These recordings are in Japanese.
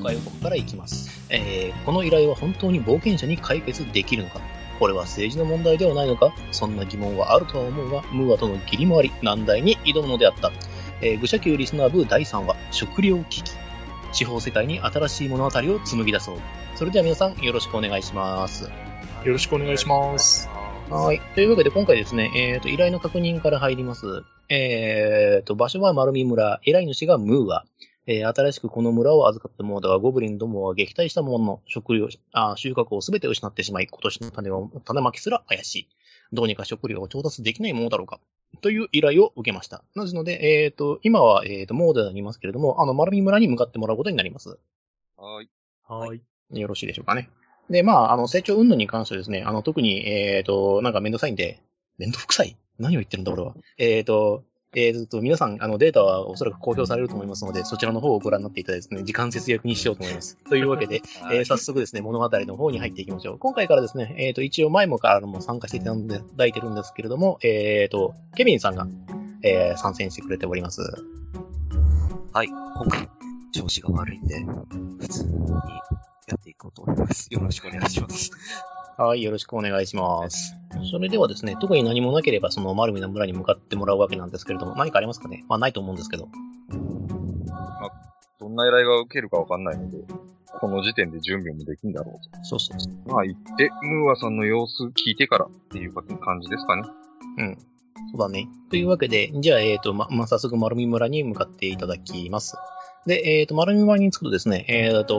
回予告からいきます。この依頼は本当に冒険者に解決できるのか？これは政治の問題ではないのか？そんな疑問はあるとは思うが、ムーアとの義理もあり、難題に挑むのであった。愚者級リスナー部第3話、食糧危機。地方世界に新しい物語を紡ぎ出そう。それでは皆さんよろしくお願いします。 よろしくお願いします。 はい。というわけで今回ですね、依頼の確認から入ります。場所は丸見村、依頼主がムーア。新しくこの村を預かったものだが、ゴブリンどもは撃退したものの、収穫をすべて失ってしまい、今年の種まきすら怪しい。どうにか食料を調達できないものだろうか。という依頼を受けました。ですので、今は、モーデルにいますけれども、丸見村に向かってもらうことになります。 はい。 はい。 よろしいでしょうかね。で、成長云々に関してはですね、特に、なんかめんどくさいんで、めんどくさい？何を言ってるんだ、俺は。皆さん、データはおそらく公表されると思いますので、そちらの方をご覧になっていただいてですね、時間節約にしようと思います。というわけで、早速ですね、物語の方に入っていきましょう。今回からですね、一応前もからも参加していただいてるんですけれども、ケビンさんが、参戦してくれております。 はい、今回、調子が悪いんで、普通にやっていこうと思います。よろしくお願いします。 はい、よろしくお願いします。それではですね、特に何もなければ、その丸見の村に向かってもらうわけなんですけれども、何かありますかね？ないと思うんですけど。 どんな依頼が受けるかわかんないので、この時点で準備もできんだろうと。 そう。 行って、ムーアさんの様子聞いてからっていう感じですかね。 うん。そうだね。というわけで、じゃあ、早速丸見村に向かっていただきます。で、丸見村に着くとですね、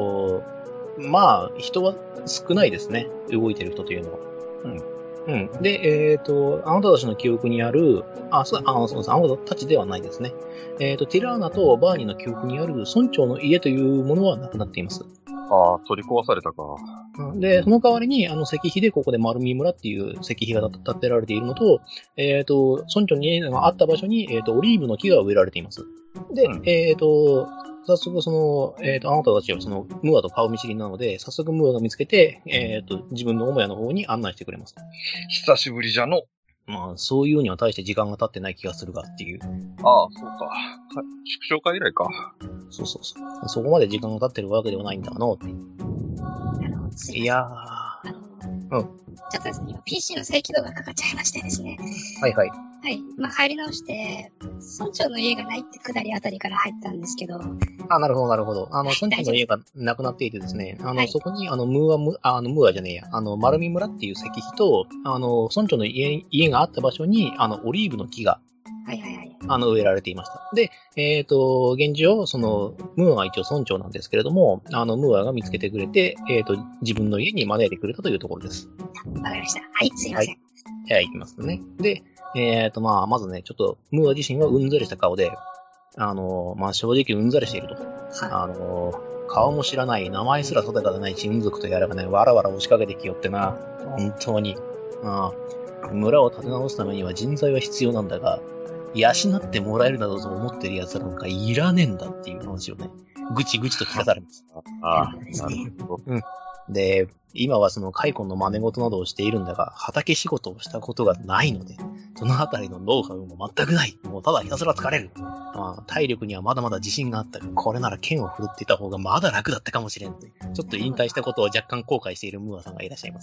人は少ないですね。動いてる人というのは。うん。で、あなたたちの記憶にある、そうです。あなたたちではないですね。ティラーナとバーニーの記憶にある村長の家というものはなくなっています。 取り壊されたか。 で、その代わりに、石碑でここで丸見村っていう石碑が建てられているのと、村長の家があった場所に、オリーブの木が植えられています。で、早速あなたたちはムーアと顔見知りなので、早速ムーアが見つけて、自分の母屋の方に案内してくれます。 久しぶりじゃの。 そういうには大して時間が経ってない気がするがっていう。 そうか。祝勝会以来か。 そう。そこまで時間が経ってるわけではないんだがの。いやちょっとですね、今 PC の再起動がかかっちゃいましてですね。 はい。 はい。入り直して、村長の家がないってくだりあたりから入ったんですけど。 なるほど。村長の家がなくなっていてですね、そこに、ムーアじゃねえや、丸見村っていう石碑と、村長の家があった場所に、オリーブの木が、植えられていました。で、現状、ムーアが一応村長なんですけれども、ムーアが見つけてくれて、自分の家に招いてくれたというところです。 わかりました。はい、すいません。 じゃあ行きますね。で、まずね、ちょっと、ムーア自身はうんざりした顔で、正直うんざりしていると。顔も知らない、名前すら定かでない親族とやらがね、わらわら押しかけてきよってな、本当に。村を立て直すためには人材は必要なんだが、養ってもらえるなどと思ってる奴らなんかいらねえんだっていう話をね、ぐちぐちと聞かされます。 なるほど。 で、今は蚕の真似事などをしているんだが、畑仕事をしたことがないので、そのあたりのノウハウも全くない。もうただひたすら疲れる。体力にはまだまだ自信があったが、これなら剣を振るっていた方がまだ楽だったかもしれんと。ちょっと引退したことを若干後悔しているムーアさんがいらっしゃいます。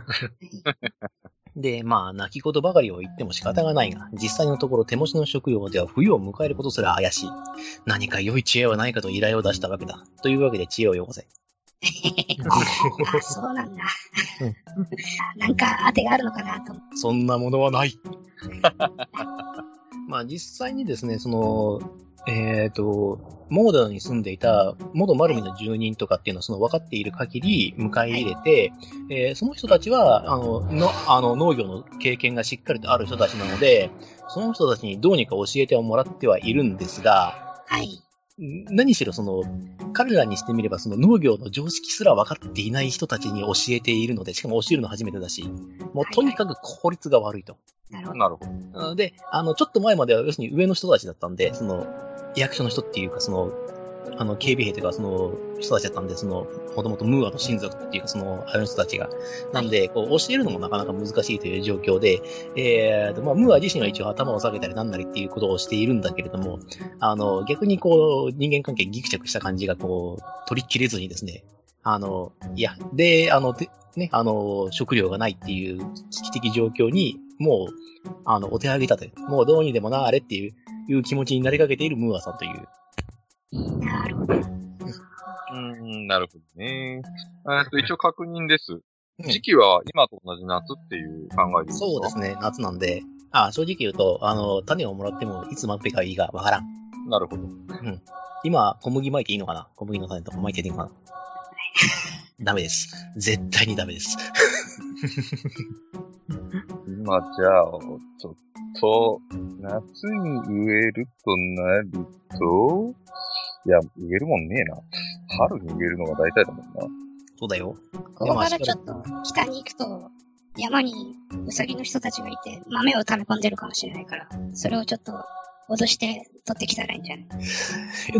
で、泣き言ばかりを言っても仕方がないが、実際のところ手持ちの食料では冬を迎えることすら怪しい。何か良い知恵はないかと依頼を出したわけだ。というわけで知恵をよこせ。 そうなんだ。なんか当てがあるのかなと。 そんなものはない。実際にですね、モーダに住んでいた元マルミの住人とかっていうのは分かっている限り迎え入れて、その人たちは農業の経験がしっかりとある人たちなので、その人たちにどうにか教えてもらってはいるんですが、何しろ彼らにしてみれば農業の常識すら分かっていない人たちに教えているので、しかも教えるの初めてだし、もうとにかく効率が悪いと。 なるほど。で、ちょっと前までは要するに上の人たちだったんで、役所の人っていうか警備兵というか、その、人たちだったんで、もともとムーアの親族っていうか、あの人たちが。なんで、教えるのもなかなか難しいという状況で、ムーア自身は一応頭を下げたりなんなりっていうことをしているんだけれども、逆に人間関係ギクシャクした感じが取り切れずにですね、食料がないっていう危機的状況に、もう、お手上げ立て、もうどうにでもなあれっていう気持ちになりかけているムーアさんという。 なるほど。 なるほどね。一応確認です。時期は今と同じ夏っていう考えでいいですか？ そうですね、夏なんで、正直言うと、種をもらってもいつまべかいいかわからん。 なるほど。 今、小麦巻いていいのかな？小麦の種とか巻いていいのかな？ダメです。絶対にダメです。 今じゃあ、ちょっと、夏に植えるとなると、いや、植えるもんねえな。春に植えるのが大体だもんな。 そうだよ。 ここからちょっと北に行くと、山にウサギの人たちがいて、豆を溜め込んでるかもしれないから、それをちょっと脅して取ってきたらいいんじゃない？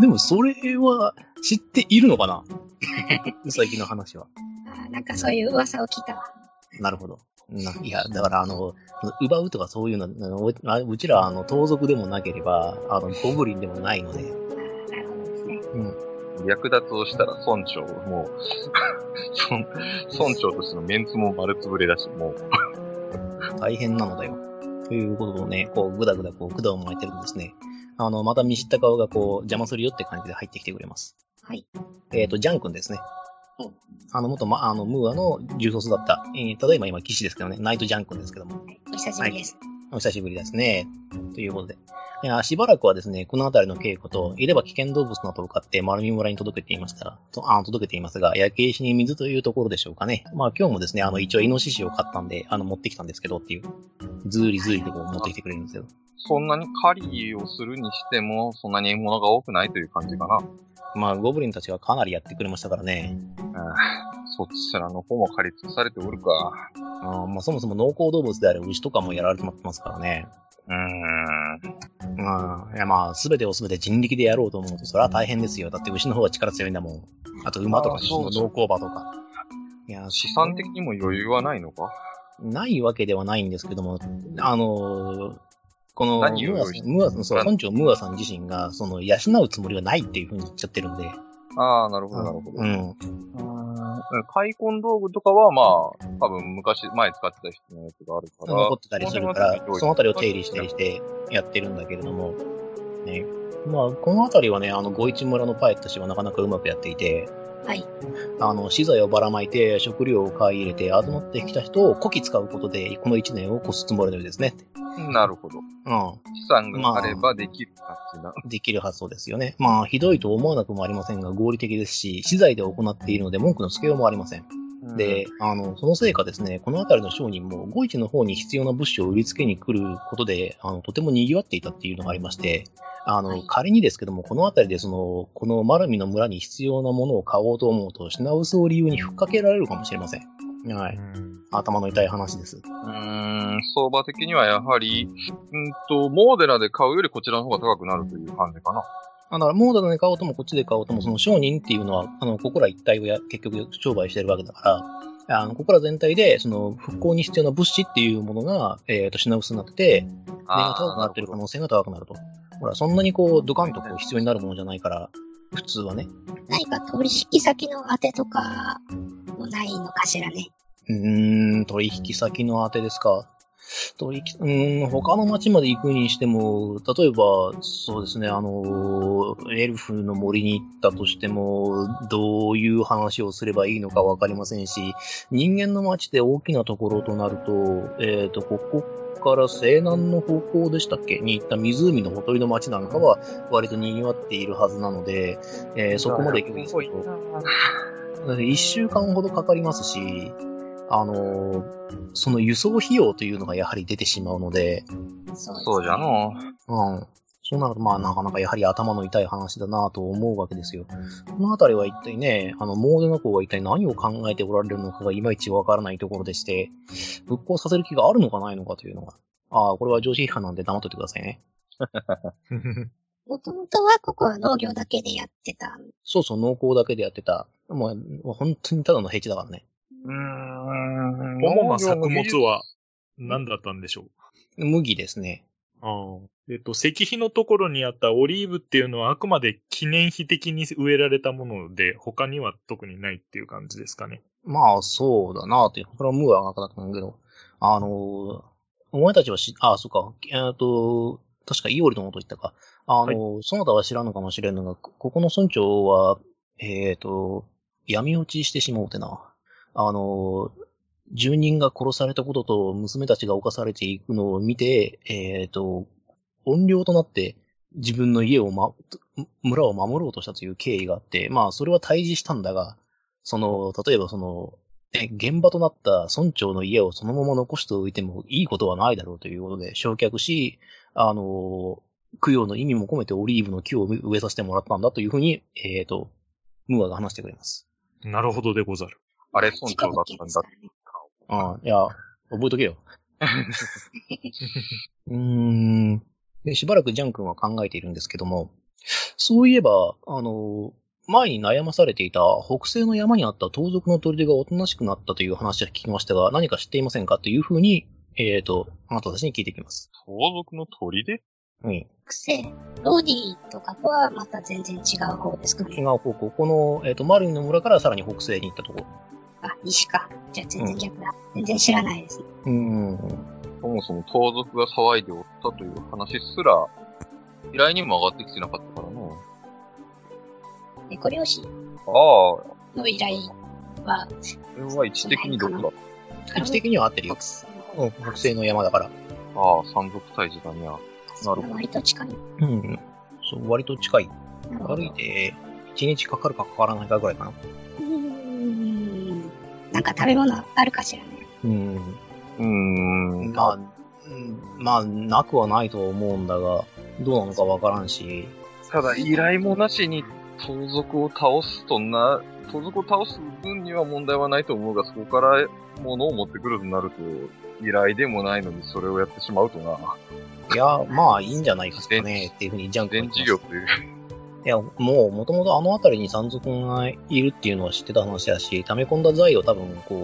でもそれは知っているのかな？ウサギの話は。 なんかそういう噂を聞いたわ。 なるほど。いや、だから奪うとかそういうの、うちら盗賊でもなければ、ゴブリンでもないので。 なるほどですね。 略奪をしたら村長もう、村長としてのメンツも丸つぶれだし、もう。 大変なのだよ。ということをね、ぐだぐだ管を巻いてるんですね。また見知った顔が邪魔するよって感じで入ってきてくれます。 はい。 ジャン君ですね。元ムーアの重曹だった。ただ今騎士ですけどね、ナイトジャン君ですけども。 はい、お久しぶりです。 お久しぶりですね。ということで。しばらくはですね、この辺りの稽古と、いれば危険動物などを買って丸見村に届けていますが、焼け石に水というところでしょうかね。まあ今日もですね、一応イノシシを買ったんで、持ってきたんですけどっていう、ずーりずーりと持ってきてくれるんですよ。 そんなに狩りをするにしても、そんなに獲物が多くないという感じかな。 まあ、ゴブリンたちがかなりやってくれましたからね。 そちらの方も狩り尽くされておるか。 まあそもそも農耕動物である牛とかもやられてますからね。いやまあ、すべてをすべて人力でやろうと思うと、それは大変ですよ。だって牛の方が力強いんだもん。あと馬とか、農耕馬とか。 いや、資産的にも余裕はないのか？ ないわけではないんですけども、この、村長ムーアさん自身が、養うつもりはないっていう風に言っちゃってるんで。 ああ、なるほど、なるほど。開墾道具とかは、まあ、多分前使ってた人のやつがあるから。 残ってたりするから、そのあたりを手入れしたりしてやってるんだけれども、ね。まあ、このあたりはね、五一村のパイット氏はなかなかうまくやっていて、 はい。 資材をばらまいて、食料を買い入れて、集まってきた人をこき使うことで、この1年を越すつもりのようですね。 なるほど。資産があればできる発想だ。 できる発想ですよね。まあ、ひどいと思わなくもありませんが、合理的ですし、資材で行っているので文句のつけようもありません。で、そのせいかですね、この辺りの商人も、五一の方に必要な物資を売りつけに来ることで、とても賑わっていたっていうのがありまして、仮にですけども、この辺りでこのマルミの村に必要なものを買おうと思うと、品薄を理由にふっかけられるかもしれません。はい。頭の痛い話です。 相場的にはやはり、モーデラで買うよりこちらの方が高くなるという感じかな。 だから、モーデラで買おうともこっちで買おうとも、その商人っていうのは、ここら一体を結局商売してるわけだから、ここら全体で、復興に必要な物資っていうものが、品薄になってて、値が高くなってる可能性が高くなると。ほら、そんなにドカンと必要になるものじゃないから、普通はね。 何か取引先の当てとか、もないのかしらね。 取引先の当てですか。他の町まで行くにしても、例えば、そうですね、エルフの森に行ったとしても、どういう話をすればいいのかわかりませんし、人間の町で大きなところとなると、ここから西南の方向でしたっけに行った湖のほとりの町なんかは割と賑わっているはずなので、そこまで行くんですけど、1週間ほどかかりますし、その輸送費用というのがやはり出てしまうので。 そうじゃの。 そうなると、まあなかなかやはり頭の痛い話だなと思うわけですよ。このあたりは一体ね、モーデナ公が一体何を考えておられるのかがいまいちわからないところでして、復興させる気があるのかないのかというのが。これは上司批判なんで黙っといてくださいね。 もともとはここは農業だけでやってた。 そうそう、農耕だけでやってた。もう本当にただの平地だからね。 主な作物は何だったんでしょう？ 麦ですね。 石碑のところにあったオリーブっていうのはあくまで記念碑的に植えられたもので、他には特にないっていう感じですかね。 まあ、そうだなって。これはムーアが書かなかったんだけど、お前たちはそうか、確かイオリのこと言ったか。 はいその他は知らんのかもしれんのが、ここの村長は、闇落ちしてしもうてな。住人が殺されたことと娘たちが犯されていくのを見て、怨霊となって自分の家を村を守ろうとしたという経緯があって、まあ、それは退治したんだが、例えば現場となった村長の家をそのまま残しておいてもいいことはないだろうということで焼却し、供養の意味も込めてオリーブの木を植えさせてもらったんだというふうに、ムーアが話してくれます。 なるほどでござる。 あれ村長だったんだ。 いや、覚えとけよ。で、しばらくジャン君は考えているんですけども、そういえば、前に悩まされていた北西の山にあった盗賊の砦がおとなしくなったという話は聞きましたが、何か知っていませんかというふうに、あなたたちに聞いてきます。 盗賊の砦？ うん。 癖、ロディとかとはまた全然違う方ですかね。 違う方向。この、マルニの村からさらに北西に行ったところ。 あ、西か。じゃあ全然逆だ。全然知らないですね。 そもそも盗賊が騒いでおったという話すら、依頼にも上がってきてなかったからな。 猫漁師ああ。 の依頼は、 それは位置的にどこだ？ 位置的には合ってるよ。北西の山だから。 ああ、山賊退治だにゃ。なるほど。 割と近い。 そう、割と近い。 なるほど。 歩いて、1日かかるかかからないかぐらいかな。 なんか食べ物あるかしらね。 まあ、なくはないと思うんだが、どうなのかわからんし。 ただ、依頼もなしに盗賊を倒す分には問題はないと思うが、そこから物を持ってくるとなると、依頼でもないのにそれをやってしまうとな。 いや、まあいいんじゃないかね、っていうふうにジャンクは言ってます。 全事業という。 いや、もともとあの辺りに山賊がいるっていうのは知ってた話だし、溜め込んだ財を多分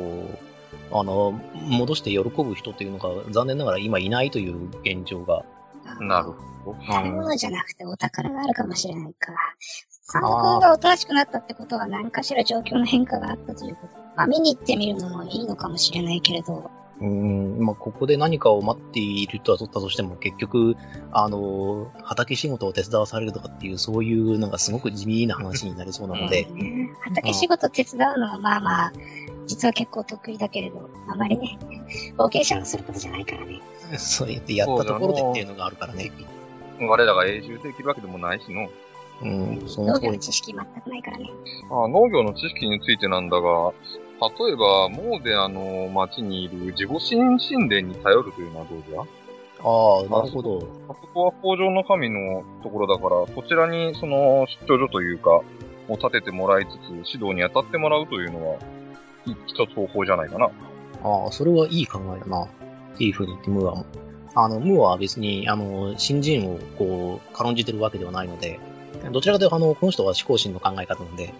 戻して喜ぶ人っていうのが残念ながら今いないという現状が。 なるほど。 食べ物じゃなくてお宝があるかもしれないか。山賊がおとなしくなったってことは何かしら状況の変化があったということ。まあ見に行ってみるのもいいのかもしれないけれど。 まあ、ここで何かを待っている人は取ったとしても、結局、畑仕事を手伝わされるとかっていう、そういうなんかすごく地味な話になりそうなので。 畑仕事手伝うのはまあまあ、実は結構得意だけれど、あまりね、冒険者のすることじゃないからね。 そうやってやったところでっていうのがあるからね。 我らが永住できるわけでもないしの。 その農業の知識全くないからね。 農業の知識についてなんだが、例えば、モーデアの町にいる自己神殿に頼るというのはどうじゃ？ なるほど。 あそこは北条の神のところだから、こちらにその出張所というか、を立ててもらいつつ、指導に当たってもらうというのは、一つ方法じゃないかな。 それはいい考えだな。っていうふうに言ってムーアも。ムーアは別に、新人を軽んじてるわけではないので、どちらかというと、この人は思考心の考え方なので、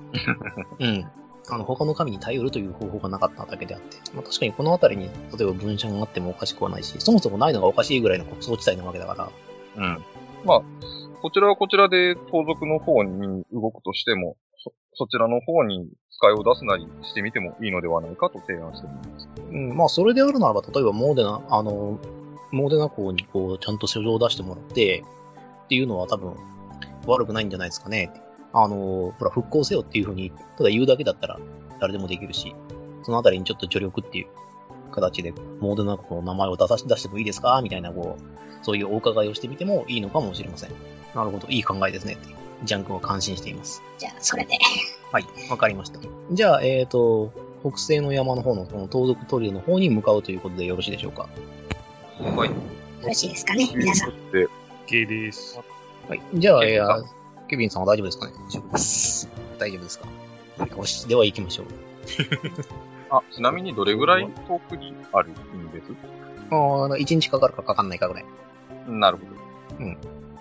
他の神に頼るという方法がなかっただけであって、まあ、確かにこの辺りに、例えば分社があってもおかしくはないし、そもそもないのがおかしいぐらいの穀倉地帯なわけだから。 まあ、こちらはこちらで盗賊の方に動くとしても、そちらの方に使いを出すなりしてみてもいいのではないかと提案しています。 まあ、それであるならば、例えばモーデナ港にちゃんと書状を出してもらって、っていうのは多分、悪くないんじゃないですかね。ほら、復興せよっていう風に、ただ言うだけだったら誰でもできるし、そのあたりにちょっと助力っていう形で、モーデナ港の名前を出してもいいですかみたいな、そういうお伺いをしてみてもいいのかもしれません。なるほど、いい考えですねって、ジャン君は感心しています。 じゃあ、それで。 はい、わかりました。じゃあ、北西の山の方の、この盗賊砦の方に向かうということでよろしいでしょうか？ はい。 よろしいですかね、皆さん。 OK です。 はい。じゃあ、ケビンさんは大丈夫ですかね？大丈夫です。大丈夫ですか？よし、では行きましょう。 ちなみにどれぐらい遠くにあるんです？ 1日かかるかかかんないかぐらい。 なるほど。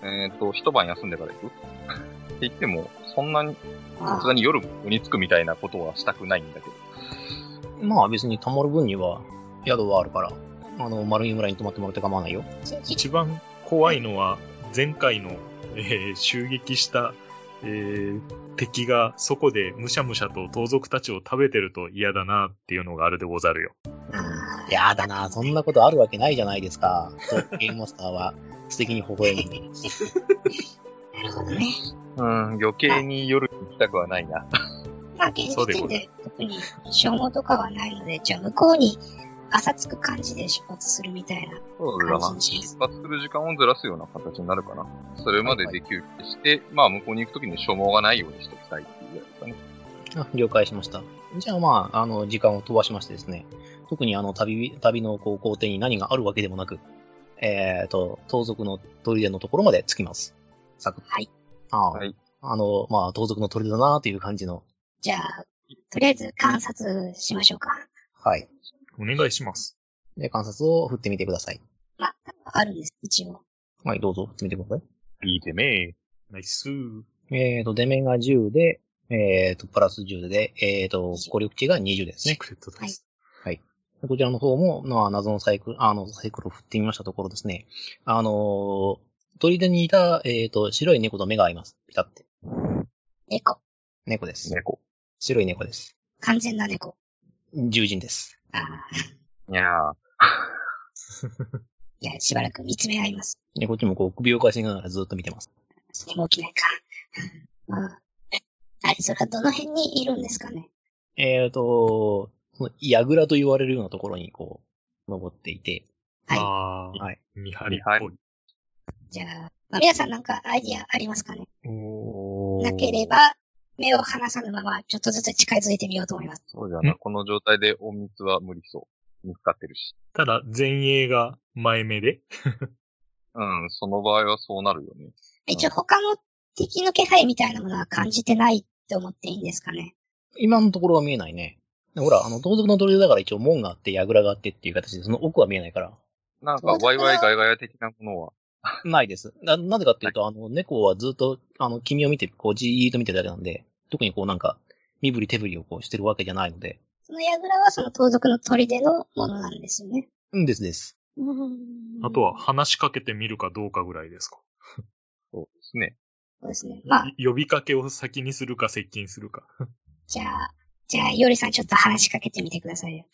一晩休んでから行くって言っても、そんなに、さすがに夜に着くみたいなことはしたくないんだけど。 まあ別に泊まる分には宿はあるから、丸い村に泊まってもらって構わないよ。 一番怖いのは、前回の、襲撃した、敵がそこでむしゃむしゃと盗賊たちを食べてると嫌だなっていうのがあるでござるよ。 やだな、そんなことあるわけないじゃないですか。ゲームマスターは素敵に微笑む。 なるほどね。 余計に夜に行きたくはないな。 まあ現時点で特に消耗とかはないので、じゃあ向こうに朝着く感じで出発するみたいなそうだな。 感じにし出ます。 発する時間をずらすような形になるかな。それまでで休憩して、まあ向こうに行くときに消耗がないようにしておきたいっていうぐらいですかね。 了解しました。じゃあまあ、時間を飛ばしましてですね、特に旅の工程に何があるわけでもなく、盗賊の砦のところまで着きます。サクッ。 はい。 はい。 まあ、盗賊の砦だなという感じの。 じゃあ、とりあえず観察しましょうか。 はい。 お願いします。 で、観察を振ってみてください。 まあ、あるんです、一応。 はい、どうぞ、振ってみてください。 いいてめー。ナイスー。 出目が10で、プラス10で、効力値が20ですねシー。クレットです。 はい。こちらの方も、まあ、謎のサイクルを振ってみましたところですね。砦にいた、白い猫と目が合います。ピタって。猫です。 猫。 白い猫です。 完全な猫。 獣人です。 いやいや、しばらく見つめ合います。 で、こっちもこう首をかしながらずっと見てます。 何も起きないか。あれ、それはどの辺にいるんですかね。 その櫓と言われるようなところにこう、登っていて。 ははい。見張りっぽい。 じゃあ、皆さんなんかアイディアありますかね。 おー。 なければ、目を離さぬまま、ちょっとずつ近づいてみようと思います。 そうじゃな。この状態で隠密は無理そう。見つかってるし。 ただ、前衛が前目で。 その場合はそうなるよね。 一応他の敵の気配みたいなものは感じてないって思っていいんですかね。 今のところは見えないね。ほら、盗賊の砦だから一応門があって、櫓があってっていう形で、その奥は見えないから。 なんか、ワイワイガヤガヤ的なものは。 ないです。なぜかっていうと、猫はずっと、君を見て、こう、じーっと見てるだけなんで、特にこうなんか、身振り手振りをこうしてるわけじゃないので。 その櫓はその盗賊の砦のものなんですよね。 です。 あとは、話しかけてみるかどうかぐらいですか。 そうですね。 そうですね。まあ。 呼びかけを先にするか接近するか。 じゃあ、ヨリさんちょっと話しかけてみてくださいよ。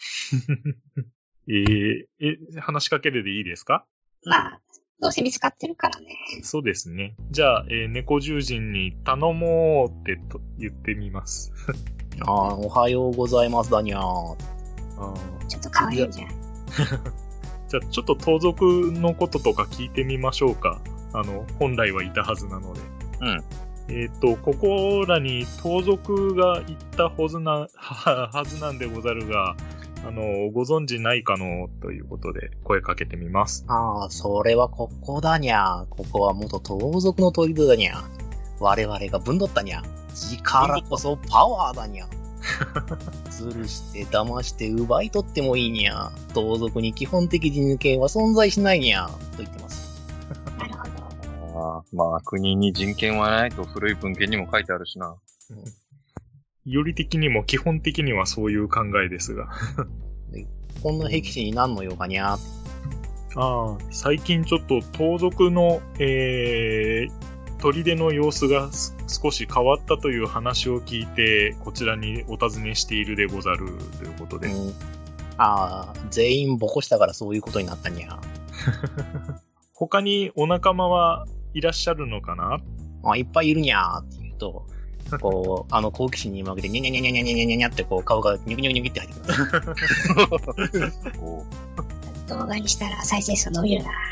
話しかけるでいいですか？ まあ、どうせ見つかってるからね。 そうですね。じゃあ、猫獣人に頼もうって言ってみます。 おはようございますだにゃー。 ちょっと可愛いじゃん。 じゃあ、ちょっと盗賊のこととか聞いてみましょうか。本来はいたはずなので。ここらに盗賊が行ったはずなんでござるが、ご存知ないかのということで声かけてみます。 それはここだにゃ。ここは元盗賊の砦だにゃ。我々がぶんどったにゃ。力こそパワーだにゃ。ずるして騙して奪い取ってもいいにゃ。盗賊に基本的人権は存在しないにゃ。と言ってます。 なるほど。 まあ、国に人権はないと古い文献にも書いてあるしな。 より的にも基本的にはそういう考えですが。 こんな僻地になんのよかにゃ。 最近ちょっと盗賊の、砦の様子が少し変わったという話を聞いて、こちらにお尋ねしているでござるということで。 全員ボコしたからそういうことになったにゃ。 他にお仲間はいらっしゃるのかな？ いっぱいいるにゃーって言うと、こう、好奇心に負けて、にゃにゃにゃにゃにゃにゃにゃにゃにゃってこう顔がニョキニョキニョキって入ってきます。 動画にしたら再生数伸びるな。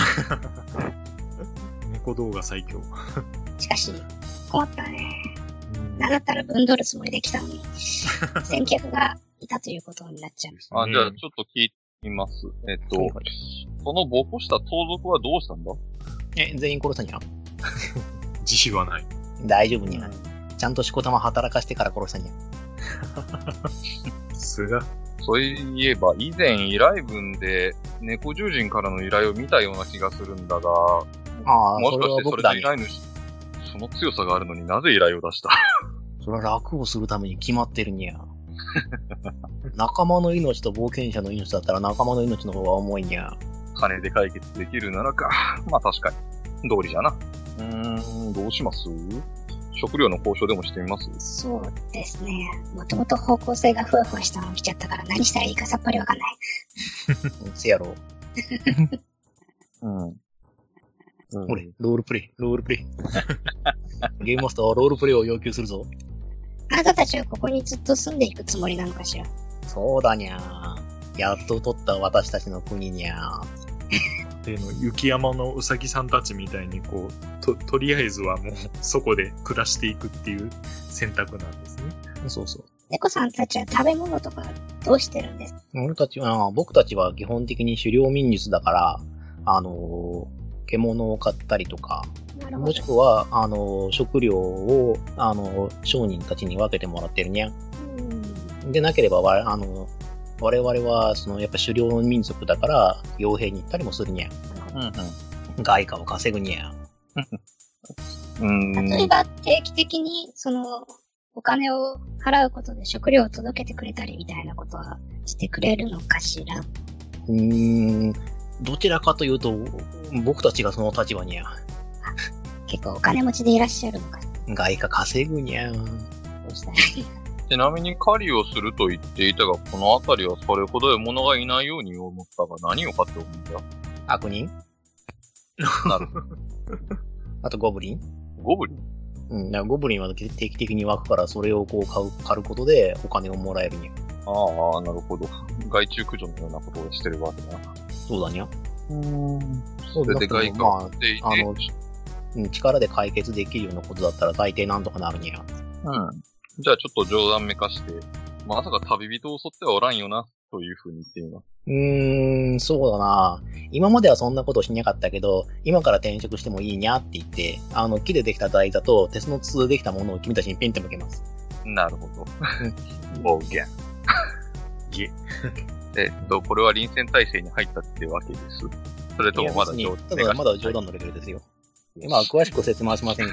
猫動画最強。 しかし、困ったね。なんだったら分取るつもりで来たのに、先客がいたということになっちゃう。 じゃあちょっと聞いてみます。そのボコした盗賊はどうしたんだ？ 全員殺したにゃ。 慈悲はない。 大丈夫にゃ。ちゃんとしこたま働かしてから殺したにゃ。 そういえば、以前依頼文で猫獣人からの依頼を見たような気がするんだが、 ああ、 もしかそれはしてそれ僕だね。 で依頼主、その強さがあるのになぜ依頼を出した？ それは楽をするために決まってるにゃ。仲間の命と冒険者の命だったら仲間の命の方が重いにゃ。 金で解決できるならか。まあ確かに。道理じゃな。どうします？食料の交渉でもしてみます？ そうですね。もともと方向性がふわふわしたの来ちゃったから何したらいいかさっぱりわかんない。 せやろ。 うん。 俺、ロールプレイ。ゲームマスターはロールプレイを要求するぞ。 あなたたちはここにずっと住んでいくつもりなのかしら。 そうだにゃー。やっと取った私たちの国にゃー。 で雪山のうさぎさんたちみたいにこう、とりあえずはもうそこで暮らしていくっていう選択なんですね。 そうそう。 猫さんたちは食べ物とかどうしてるんですか？ 僕たちは基本的に狩猟民術だから、獣を飼ったりとか、もしくは、食料を、商人たちに分けてもらってるにゃ。でなければ、我々は、やっぱ狩猟民族だから、傭兵に行ったりもするにゃ。外貨を稼ぐにゃ。 例えば、定期的に、お金を払うことで食料を届けてくれたりみたいなことはしてくれるのかしら？ どちらかというと、僕たちがその立場にゃ。 結構お金持ちでいらっしゃるのか。 外貨稼ぐにゃ。 どうしたらちなみに狩りをすると言っていたが、この辺りはそれほど獲物がいないように思ったが、何を飼っておるんだ？ 悪人？ なるほど。 あとゴブリン？ ゴブリン？ ゴブリンは定期的に湧くから、それをこう狩ることでお金をもらえるにゃ。 ああ、なるほど。害虫駆除のようなことをしてるわけだな。 そうだにゃ。 それで外貨を買っていて、 力で解決できるようなことだったら大抵なんとかなるにゃ。 じゃあちょっと冗談めかして、まさか旅人を襲ってはおらんよな、という風に言ってみます。 そうだな。今まではそんなことしなかったけど、今から転職してもいいにゃって言って、木でできた台座と鉄の筒でできたものを君たちにピンって向けます。 なるほど。暴言。これは臨戦態勢に入ったってわけです。それともまだ冗談？ まだ冗談のレベルですよ。まあ、詳しく説明はしませんから、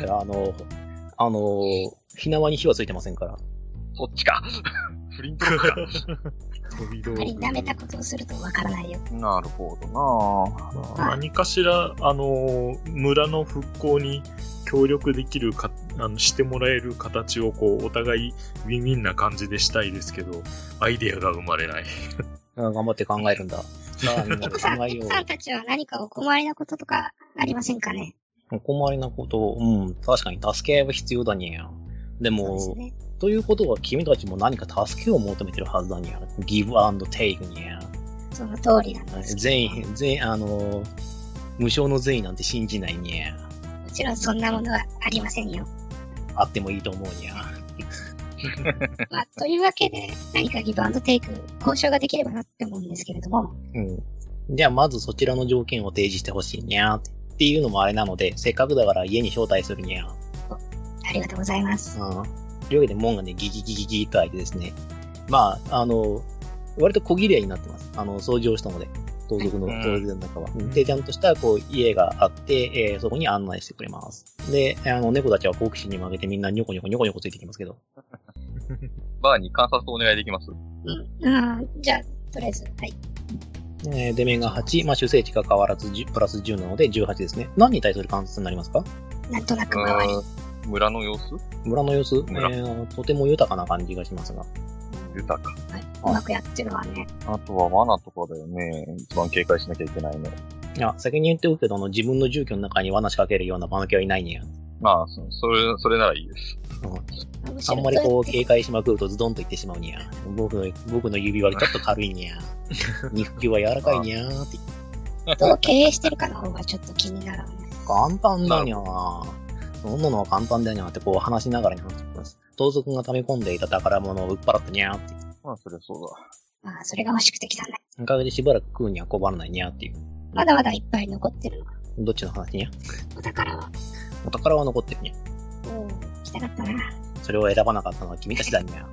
火縄に火はついてませんから。 そっちか。フリントロックか。 あまり舐めたことをするとわからないよ。 なるほどな。 何かしら、村の復興に協力できるか、してもらえる形をこう、お互いウィンウィンな感じでしたいですけど、アイデアが生まれない。 頑張って考えるんだ。 猫さんたちは何かお困りなこととかありませんかね？ お困りなこと、確かに助け合いは必要だにゃ。でも、ね、ということは君たちも何か助けを求めてるはずだにゃ。give and take にゃ。 その通りなんです。 無償の善意なんて信じないにゃ。 もちろんそんなものはありませんよ。 あってもいいと思うにゃ。 まあ、というわけで、何かギブアンドテイク、交渉ができればなって思うんですけれども。 じゃあ、まずそちらの条件を提示してほしいにゃっていうのもあれなので、せっかくだから家に招待するにゃ。 ありがとうございます。 というわけで、門がね、ギギギギギと開いてですね。まあ、割と小切れになってます。掃除をしたので、盗賊の中は。で、ちゃんとした、家があって、そこに案内してくれます。で、猫たちは好奇心に負けてみんなニョコニョコついてきますけど。 バーに観察お願いできます？ じゃあ、とりあえず、はい。 出目が8、まあ、主成値が変わらず10プラス10なので18ですね。何に対する観察になりますか？ なんとなく周り。 村の様子？ 村の様子？とても豊かな感じがしますが。 豊か。 はい。うまくやってるわね。 あとは罠とかだよね。一番警戒しなきゃいけないね。 いや、先に言っておくけど、自分の住居の中に罠仕掛けるような間抜けはいないねや。 まあ、それならいいです。 あんまり警戒しまくるとズドンといってしまうにゃ。僕の指はちょっと軽いにゃ。肉球は柔らかいにゃーって。 どう経営してるかの方がちょっと気になるわね。 簡単だにゃ。そんなのは簡単だにゃって話しながらに話してきます。盗賊が溜め込んでいた宝物を売っ払ったにゃーって。 まあ、それそうだ。それが欲しくてきたんだ。 おかげでしばらく食うには困らないにゃーっていう。 まだまだいっぱい残ってるの。 どっちの話にゃ？ お宝は。 お宝は残ってるにゃ。 来たかったな。 それを選ばなかったのは君たちだにゃ。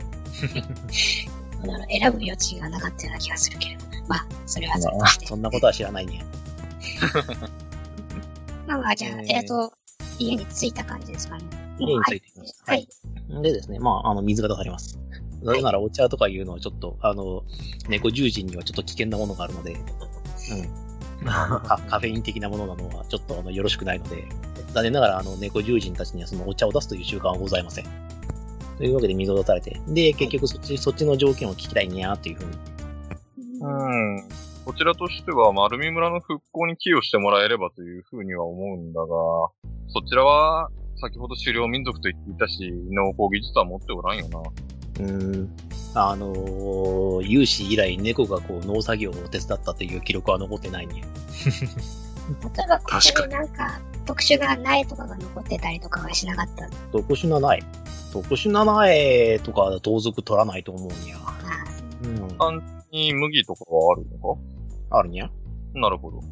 選ぶ余地がなかったような気がするけれど。まあ、それはそれとして。 そんなことは知らないにゃ。 まあじゃあ、家に着いた感じですかね。 家に着いてきました。はい。でですね、水が出されます。なぜならお茶とかいうのはちょっと、猫獣人にはちょっと危険なものがあるので、カフェイン的なものなのはちょっとよろしくないので、残念ながら猫獣人たちにはそのお茶を出すという習慣はございません。というわけで水を出されて、で、結局そっちの条件を聞きたいにゃーっていうふうに。 こちらとしては丸見村の復興に寄与してもらえればというふうには思うんだが、そちらは先ほど狩猟民族と言っていたし、農耕技術は持っておらんよな。 有史以来猫がこう農作業を手伝ったという記録は残ってないね。 例えば、ここになんか特殊な苗とかが残ってたりとかはしなかった？ 特殊な苗とかは盗賊取らないと思うにゃ。 単に麦とかはあるのか？ あるにゃ。 なるほど。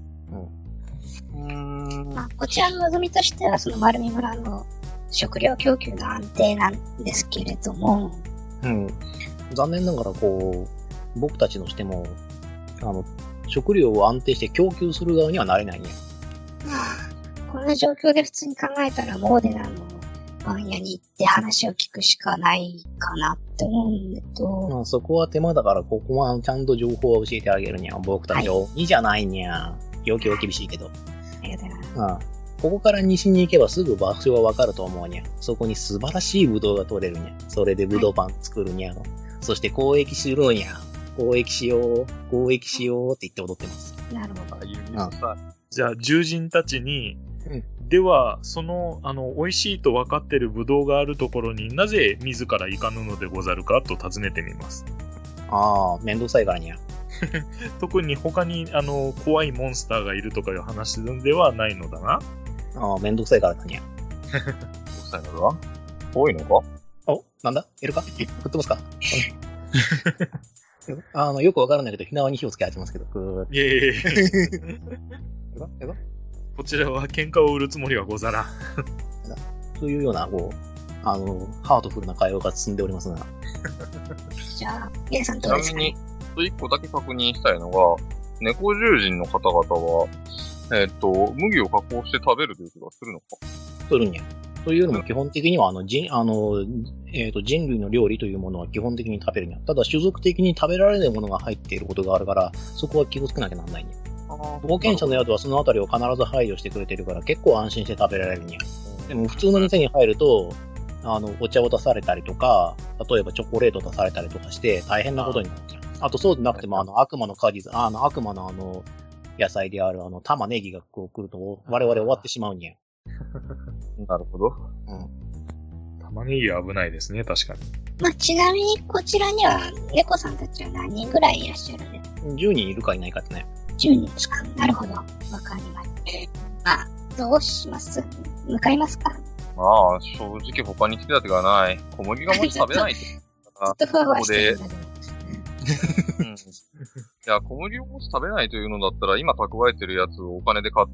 こちらの望みとしては、その丸見村の食料供給の安定なんですけれども、 残念ながら僕たちのしても、食料を安定して供給する側にはなれないね。 こんな状況で普通に考えたら、モーデナの番屋に行って話を聞くしかないかなって思うんだけど。 そこは手間だから、ここはちゃんと情報を教えてあげるにゃ。僕たち鬼じゃないにゃ。要求は厳しいけど。 ありがとうございます。 ここから西に行けばすぐ場所はわかると思うにゃ。そこに素晴らしいブドウが取れるにゃ。それでブドウパン作るにゃ。そして交易するにゃ。交易しようって言って踊ってます。 なるほど。 じゃあ、獣人たちに、では、美味しいと分かってるブドウがあるところになぜ自ら行かぬのでござるかと尋ねてみます。 めんどくさいからにゃ。 特に他に、怖いモンスターがいるとかいう話ではないのだな。 めんどくさいからだにゃ。 めんどくさいのだ？多いのか？ なんだ？いるか？振ってますか？よくわからないけど、火縄に火をつけ始めますけど。 いえ。こちらは喧嘩を売るつもりはござらん。 そういうような、ハートフルな会話が進んでおりますが。 じゃあ、皆さんどうですか？ ちなみに、一個だけ確認したいのが、猫獣人の方々は、麦を加工して食べるということはするのか？ するんや。というのも基本的には、人類の料理というものは基本的に食べるんや。ただ、種族的に食べられないものが入っていることがあるから、そこは気をつけなきゃなんないんや。冒険者の宿はそのあたりを必ず排除してくれてるから、結構安心して食べられるんや。でも、普通の店に入ると、お茶を出されたりとか、例えばチョコレート出されたりとかして、大変なことになるんや。あと、そうでなくても、悪魔の果実、悪魔の野菜である、玉ねぎが来ると、我々終わってしまうんや。 なるほど。 玉ねぎは危ないですね、確かに。ちなみに、こちらには、猫さんたちは何人ぐらいいらっしゃるんですか ？10人いるかいないかってね。 10人ですか？なるほど。わかりました。どうします？向かいますか？ 正直他に来てた手がない。小麦がもし食べないと。 ずっとふわふわしてるんだけど。 いや、小麦をもし食べないというのだったら、今蓄えてるやつをお金で買って、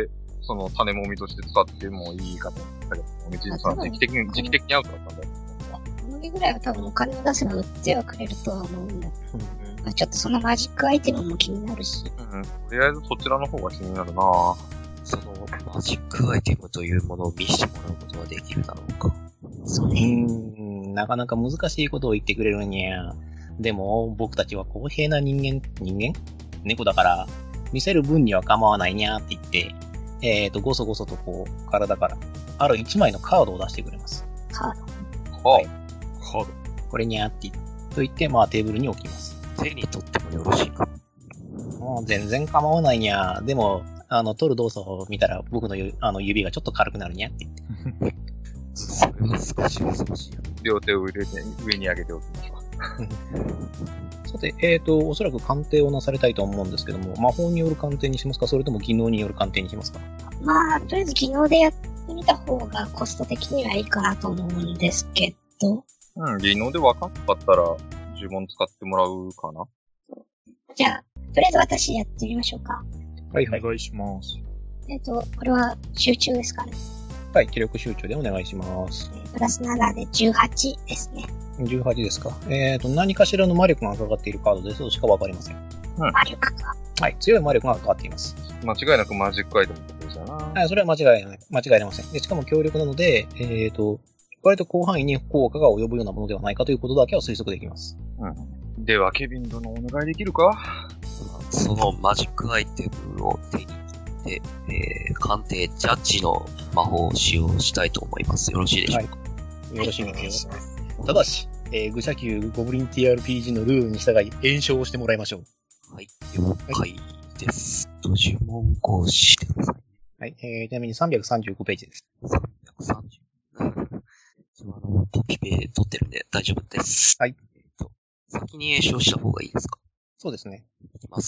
その種もみとして使ってもいいかと思ったけど、道地さん時期的にアウトだったんだよ。 小麦ぐらいは多分お金を出せば売ってはくれるとは思うんだけど、ちょっとそのマジックアイテムも気になるし。 とりあえずそちらの方が気になるな。 そのマジックアイテムというものを見せてもらうことはできるだろうか。 そうね。 なかなか難しいことを言ってくれるんや。でも、僕たちは公平な人間猫だから、見せる分には構わないにゃーって言って、ごそごそと体から、ある1枚のカードを出してくれます。 カード？はい。 カード。 これにゃーってと言って、テーブルに置きます。 手に取ってもよろしいか？ もう全然構わないにゃー。でも、取る動作を見たら、僕の指がちょっと軽くなるにゃって言って。 それは少し難しいよ。 両手を上に上げておきましょう。 さて、おそらく鑑定をなされたいと思うんですけども、魔法による鑑定にしますか？それとも技能による鑑定にしますか？ とりあえず技能でやってみた方がコスト的にはいいかなと思うんですけど。 技能で分かんなかったら、呪文使ってもらうかな？ じゃあ、とりあえず私やってみましょうか。 はい。 お願いします。 これは集中ですかね？ はい、気力集中でお願いします。 プラス7で18ですね。 18ですか。何かしらの魔力がかかっているカードですとしかわかりません。 魔力が。 はい、強い魔力がかかっています。 間違いなくマジックアイテムってことでだな。 はい、それは間違いありません。で、しかも強力なので、割と広範囲に効果が及ぶようなものではないかということだけは推測できます。 うん。では、ケビン殿お願いできるか？ そのマジックアイテムを手に入れて、鑑定ジャッジの魔法を使用したいと思います。よろしいでしょうか？ はい。よろしいですよ。ただし、愚者級ゴブリン TRPG のルールに従い、演唱をしてもらいましょう。 はい、了解です。呪文講師してください。 はい、ちなみに335ページです。 330。コピペ取ってるんで大丈夫です。 はい。 先に演唱した方がいいですか？ そうですね。 いきます。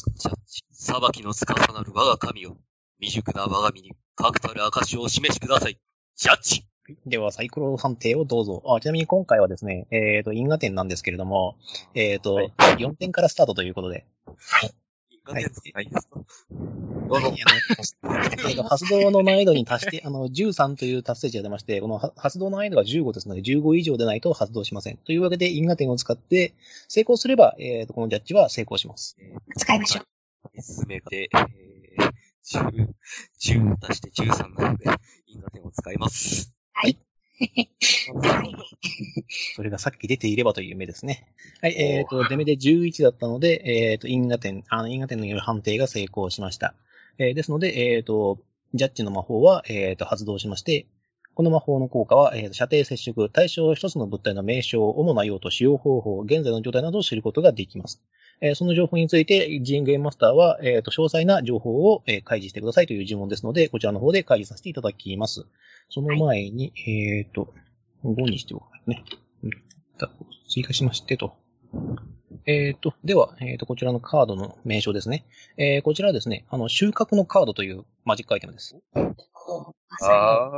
ジャッジ。裁きの司なる我が神よ。未熟な我が身に確たる証をお示しください。ジャッジ。 では、サイコロ判定をどうぞ。ちなみに今回はですね、因果点なんですけれども、4点からスタートということで。 はい。はい。 どうぞ。発動の難易度に達して、13という達成値が出まして、この発動の難易度が15ですので、15以上でないと発動しません。というわけで、因果点を使って、成功すれば、このジャッジは成功します。 使いましょう。 進めて、10足して13なので、因果点を使います。 はい。 それがさっき出ていればという目ですね。はい、出目で11だったので、因果点による判定が成功しました。ですので、ジャッジの魔法は、発動しまして、この魔法の効果は、射程接触、対象一つの物体の名称、主な用途、使用方法、現在の状態などを知ることができます。その情報について、ジーンゲームマスターは、詳細な情報を、開示してくださいという呪文ですので、こちらの方で開示させていただきます。その前に、5にしておくね。追加しましてと。では、こちらのカードの名称ですね。こちらはですね、収穫のカードというマジックアイテムです。はい。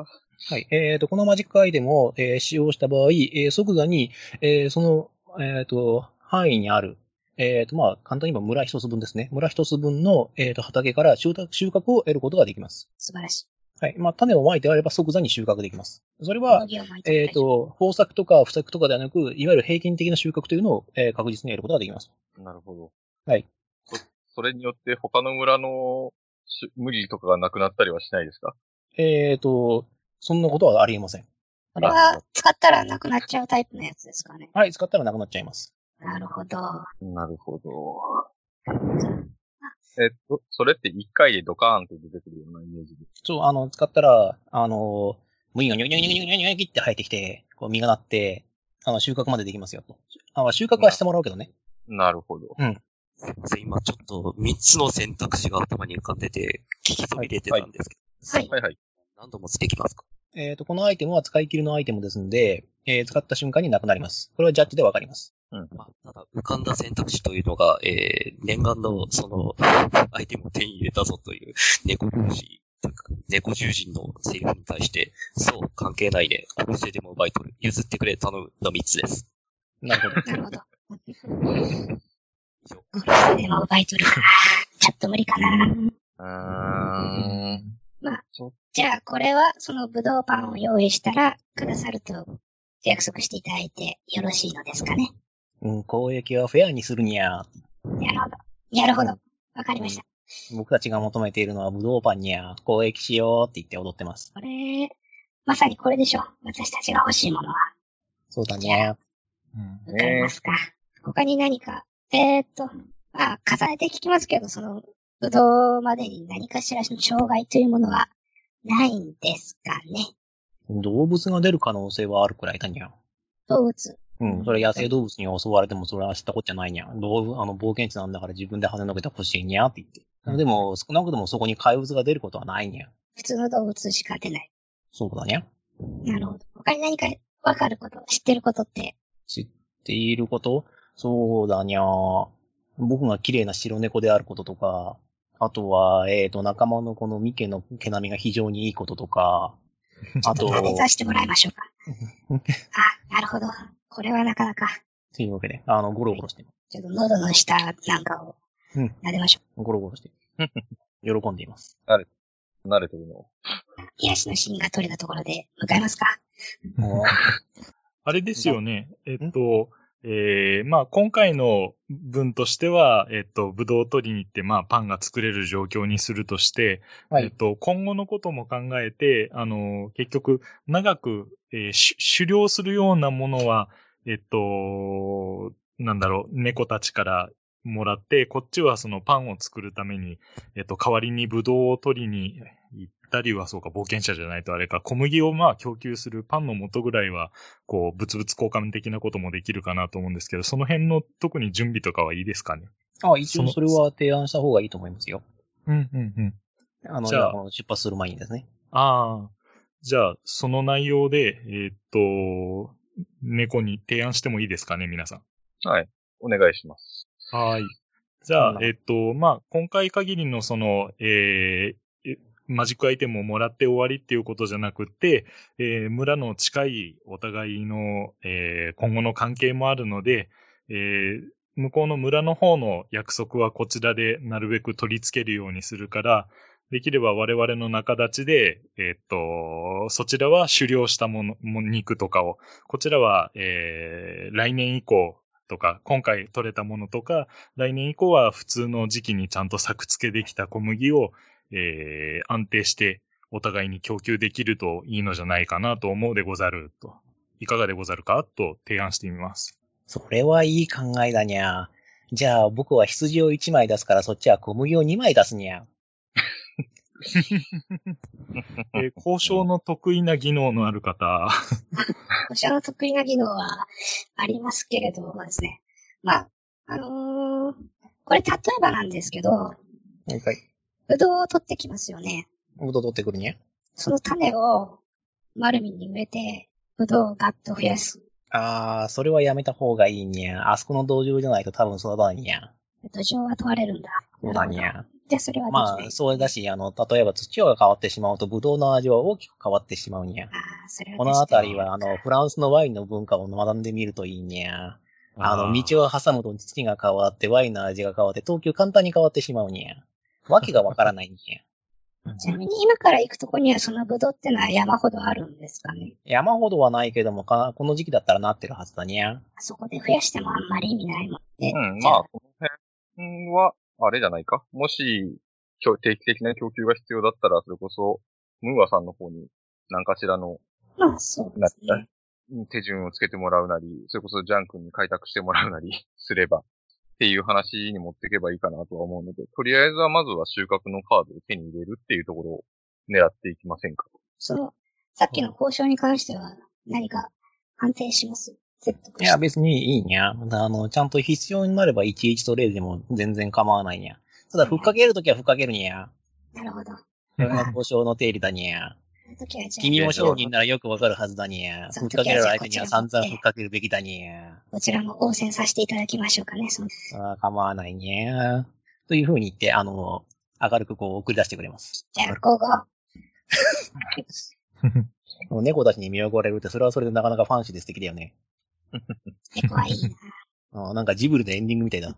このマジックアイテムを、使用した場合、即座に、その、範囲にある、簡単に言えば村一つ分ですね。村一つ分の、畑から収穫を得ることができます。 素晴らしい。 はい。種をまいてあれば即座に収穫できます。それは、豊作とか不作とかではなく、いわゆる平均的な収穫というのを、確実に得ることができます。 なるほど。 はい。 それによって他の村の麦とかがなくなったりはしないですか？ そんなことはありえません。 これは使ったらなくなっちゃうタイプのやつですかね。 はい、使ったらなくなっちゃいます。 なるほど。 なるほど。それって1回でドカーンって出てくるようなイメージで。 そう、使ったら、麦がニョニョニョニョニョニョニョって生えてきて、こう実がなって、収穫までできますよと。収穫はしてもらうけどね。 なるほど。 うん。 すいません、今ちょっと3つの選択肢が頭に浮かんでて、聞きそびれてたんですけど。 はい。 はい。 何度もできますか？ このアイテムは使い切りのアイテムですので、使った瞬間になくなります。これはジャッジでわかります。 うん。 ただ、浮かんだ選択肢というのが、念願の、アイテムを手に入れたぞという、猫同士というか、猫獣人のセリフに対して、そう、関係ないね。殺してでも奪い取る。譲ってくれ、頼むの3つです。 なるほど。 なるほど。殺してでも奪い取るから、ちょっと無理かな。じゃあ、これは、そのブドウパンを用意したら、くださると、約束していただいてよろしいのですかね。 交易はフェアにするにゃ。 なるほど。なるほど。わかりました。 僕たちが求めているのはブドウパンにゃ。交易しようって言って踊ってます。 これ、まさにこれでしょ。私たちが欲しいものは。 そうだね。 わかりますか。他に何か、重ねて聞きますけど、その、ブドウまでに何かしらの障害というものはないんですかね。 動物が出る可能性はあるくらいだにゃ。 動物。 それ野生動物に襲われてもそれは知ったことじゃないにゃ。冒険地なんだから自分で跳ねのけてほしいにゃって言って。でも、少なくともそこに怪物が出ることはないにゃ。 普通の動物しか出ない。 そうだにゃ。 なるほど。他に何かわかること、知ってることって。 知っていること？そうだにゃ。僕が綺麗な白猫であることとか、あとは、仲間のこのミケの毛並みが非常にいいこととか、あと、 真似させてもらいましょうか。なるほど。これはなかなか。 というわけで、ゴロゴロして。 ちょっと喉の下なんかを、撫でましょう。ゴロゴロして。喜んでいます。 慣れてるの。 癒しのシーンが取れたところで、向かいますか。 あれですよね。 まあ、今回の分としては、ぶどうを取りに行って、まあ、パンが作れる状況にするとして、はい、今後のことも考えて、結局、長く、狩猟するようなものは、なんだろう、猫たちからもらって、こっちはそのパンを作るために、代わりにブドウを取りに行ったりは、そうか、冒険者じゃないとあれか、小麦をまあ供給するパンの元ぐらいは、こう、物々交換的なこともできるかなと思うんですけど、その辺の特に準備とかはいいですかね？ 一応それは提案した方がいいと思いますよ。 うんうんうん。 じゃあ、出発する前にですね。 じゃあ、その内容で、猫に提案してもいいですかね、皆さん。 はい。お願いします。 はい。じゃあ、まあ、今回限りのその、マジックアイテムをもらって終わりっていうことじゃなくて、村の近いお互いの、今後の関係もあるので、向こうの村の方の約束はこちらでなるべく取り付けるようにするから、できれば我々の仲立ちで、そちらは狩猟した肉とかを、こちらは、来年以降とか、今回取れたものとか、来年以降は普通の時期にちゃんと作付けできた小麦を、安定してお互いに供給できるといいのじゃないかなと思うでござると。いかがでござるかと提案してみます。 それはいい考えだにゃ。じゃあ僕は羊を1枚出すからそっちは小麦を2枚出すにゃ。 交渉の得意な技能のある方。 交渉の得意な技能はありますけれどもですね。まあ、これ例えばなんですけど、はい。ぶどうを取ってきますよね。 ぶどう取ってくるにゃ。 その種を丸みに植えて、ぶどうをガッと増やす。 それはやめた方がいいにゃ。あそこの道場じゃないと多分そうだにゃ。 土壌は問われるんだ。 そうだにゃ。 じゃあそれはできない。 まあ、そうだし、例えば土が変わってしまうと、ブドウの味は大きく変わってしまうにゃ。 それはこのあたりは、フランスのワインの文化を学んでみるといいにゃ。道を挟むと土が変わって、ワインの味が変わって、等級簡単に変わってしまうにゃ。わけがわからないにゃ。 ちなみに今から行くとこにはそのブドウってのは山ほどあるんですかね？ 山ほどはないけども、この時期だったらなってるはずだにゃ。 そこで増やしてもあんまり意味ないもんね。 まあ、この辺は、あれじゃないか。もし、定期的な供給が必要だったら、それこそ、ムーアさんの方に何かしらの、 まあ、そうですね。 手順をつけてもらうなり、それこそジャン君に開拓してもらうなりすれば、っていう話に持っていけばいいかなとは思うので、とりあえずはまずは収穫のカードを手に入れるっていうところを狙っていきませんか？ さっきの交渉に関しては何か判定します？ いや、別にいいにゃ。ちゃんと必要になれば11トレーでも全然構わないにゃ。ただ、ふっかけるときはふっかけるにゃ。 なるほど。 それが交渉の定理だにゃ。君も商人ならよくわかるはずだにゃ。ふっかける相手には散々ふっかけるべきだにゃ。 こちらも応戦させていただきましょうかね。 構わないにゃ。というふうに言って、明るくこう送り出してくれます。 じゃあ、ゴーゴー。猫たちに見汚れるって、それはそれでなかなかファンシーで素敵だよね。 猫はいいな。なんかジブリのエンディングみたいだ。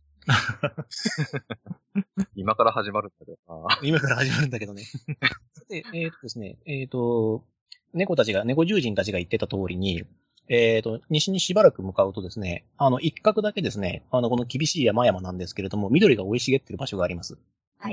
今から始まるんだけどな。 今から始まるんだけどね。さて、ですね、猫獣人たちが言ってた通りに、西にしばらく向かうとですね、一角だけですね、この厳しい山々なんですけれども、緑が生い茂っている場所があります。 はい。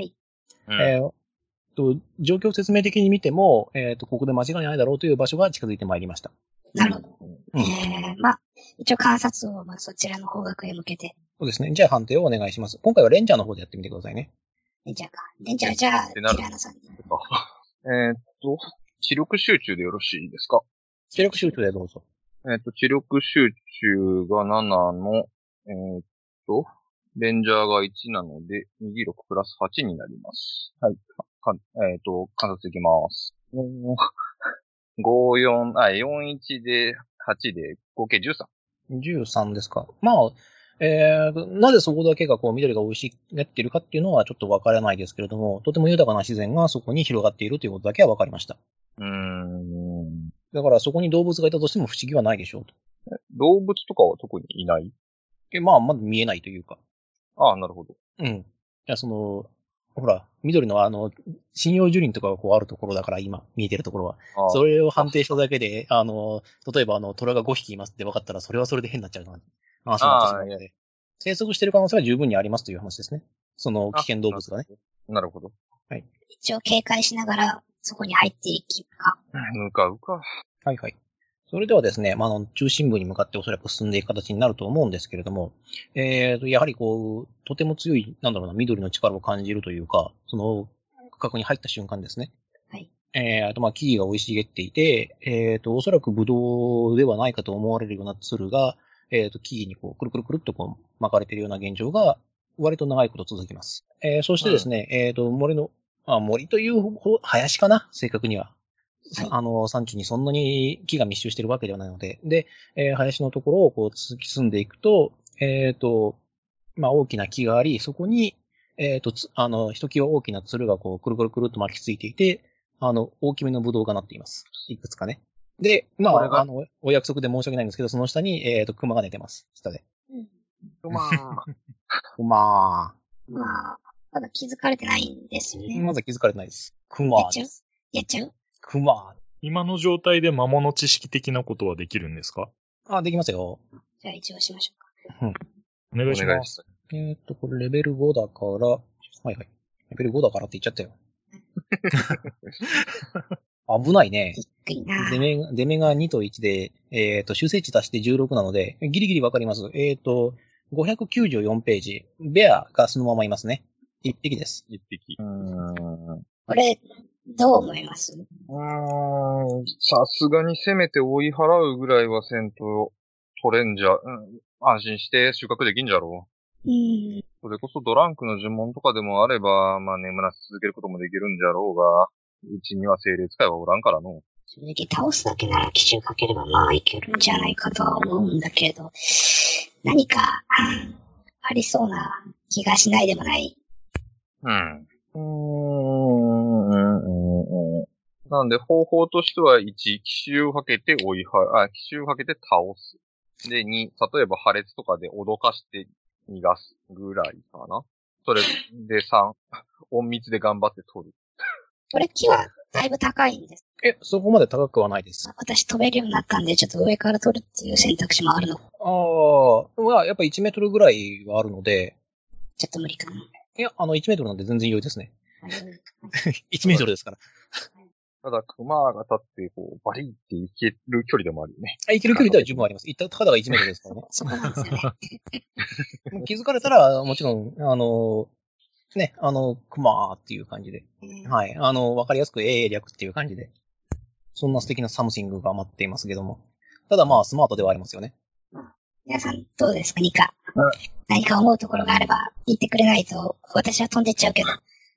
状況説明的に見ても、ここで間違いないだろうという場所が近づいてまいりました。 なるほど。まあ、一応観察を、そちらの方角へ向けて。 そうですね。じゃあ判定をお願いします。今回はレンジャーの方でやってみてくださいね。 レンジャーか。レンジャーじゃあ、ティラーナさんに。 知力集中でよろしいですか？ 知力集中でどうぞ。 知力集中が7の、レンジャーが1なので、右6プラス8になります。はい。観察いきます。41で8で合計13。 13ですか。まあ、なぜそこだけがこう緑が生い茂っているかっていうのはちょっとわからないですけれども、とても豊かな自然がそこに広がっているということだけはわかりました。だからそこに動物がいたとしても不思議はないでしょうと。 動物とかは特にいない？ まあ、まだ見えないというか。 ああ、なるほど。 うん。いや、 ほら、緑の針葉樹林とかがこうあるところだから、今、見えてるところは。それを判定しただけで、例えば虎が5匹いますって分かったら、それはそれで変になっちゃうな。話になってしまうので。生息している可能性は十分にありますという話ですね。その危険動物がね。 なるほど。 はい。 一応警戒しながら、そこに入っていきか。 向かうか。 はいはい。それではですね、中心部に向かっておそらく進んでいく形になると思うんですけれども、やはりこう、とても強い、緑の力を感じるというか、その、区画に入った瞬間ですね。 はい。 木々が生い茂っていて、おそらくブドウではないかと思われるような鶴が、木々にこう、くるくるくるっとこう、巻かれているような現状が、割と長いこと続きます。そしてですね、森という林かな正確には。はい、山中にそんなに木が密集しているわけではないので、で、林のところをこう突き進んでいくと、大きな木があり、そこに、ひときわ大きなつるがこう、くるくるくるっと巻きついていて、大きめのブドウがなっています。いくつかね。で、お約束で申し訳ないんですけど、その下に、熊が寝てます。下で。 まだ気づかれてないんですよね。 まだ気づかれてないです。熊です。 やっちゃう熊。 今の状態で魔物知識的なことはできるんですか？ できますよ。 じゃあ一応しましょうか。 お願いします。 これレベル5だから、はいはい。レベル5だからって言っちゃったよ。危ないね。出目が2と1で、修正値足して16なので、ギリギリわかります。594ページ。ベアがそのままいますね。1匹です。 1匹。 これ、どう思います？ さすがにせめて追い払うぐらいはせんと取れんじゃ、安心して収穫できんじゃろう。それこそドランクの呪文とかでもあれば、眠らせ続けることもできるんじゃろうが、うちには精霊使いはおらんからの。 正直倒すだけなら奇襲かければいけるんじゃないかとは思うんだけど、何か、ありそうな気がしないでもない。 なんで方法としては1、奇襲をかけて奇襲をかけて倒す。で、2、例えば破裂とかで脅かして逃がすぐらいかな。それで3、隠密で頑張って取る。 これ木はだいぶ高いんです。 そこまで高くはないです。 私飛べるようになったんで、ちょっと上から取るっていう選択肢もあるの。 やっぱ1メートルぐらいはあるので。 ちょっと無理かな。 いや、1メートルなんで全然余裕ですね。1メートルですから。 ただ、熊が立って、こう、バリーっていける距離でもあるよね。 いける距離では十分あります。たかだが1メートルですからね。 そこなんですよね。 気づかれたら、もちろん、熊っていう感じで。はい。わかりやすく略っていう感じで。そんな素敵なサムシングが待っていますけども。ただスマートではありますよね。 皆さん、どうですか？何か思うところがあれば、言ってくれないと、私は飛んでっちゃうけど。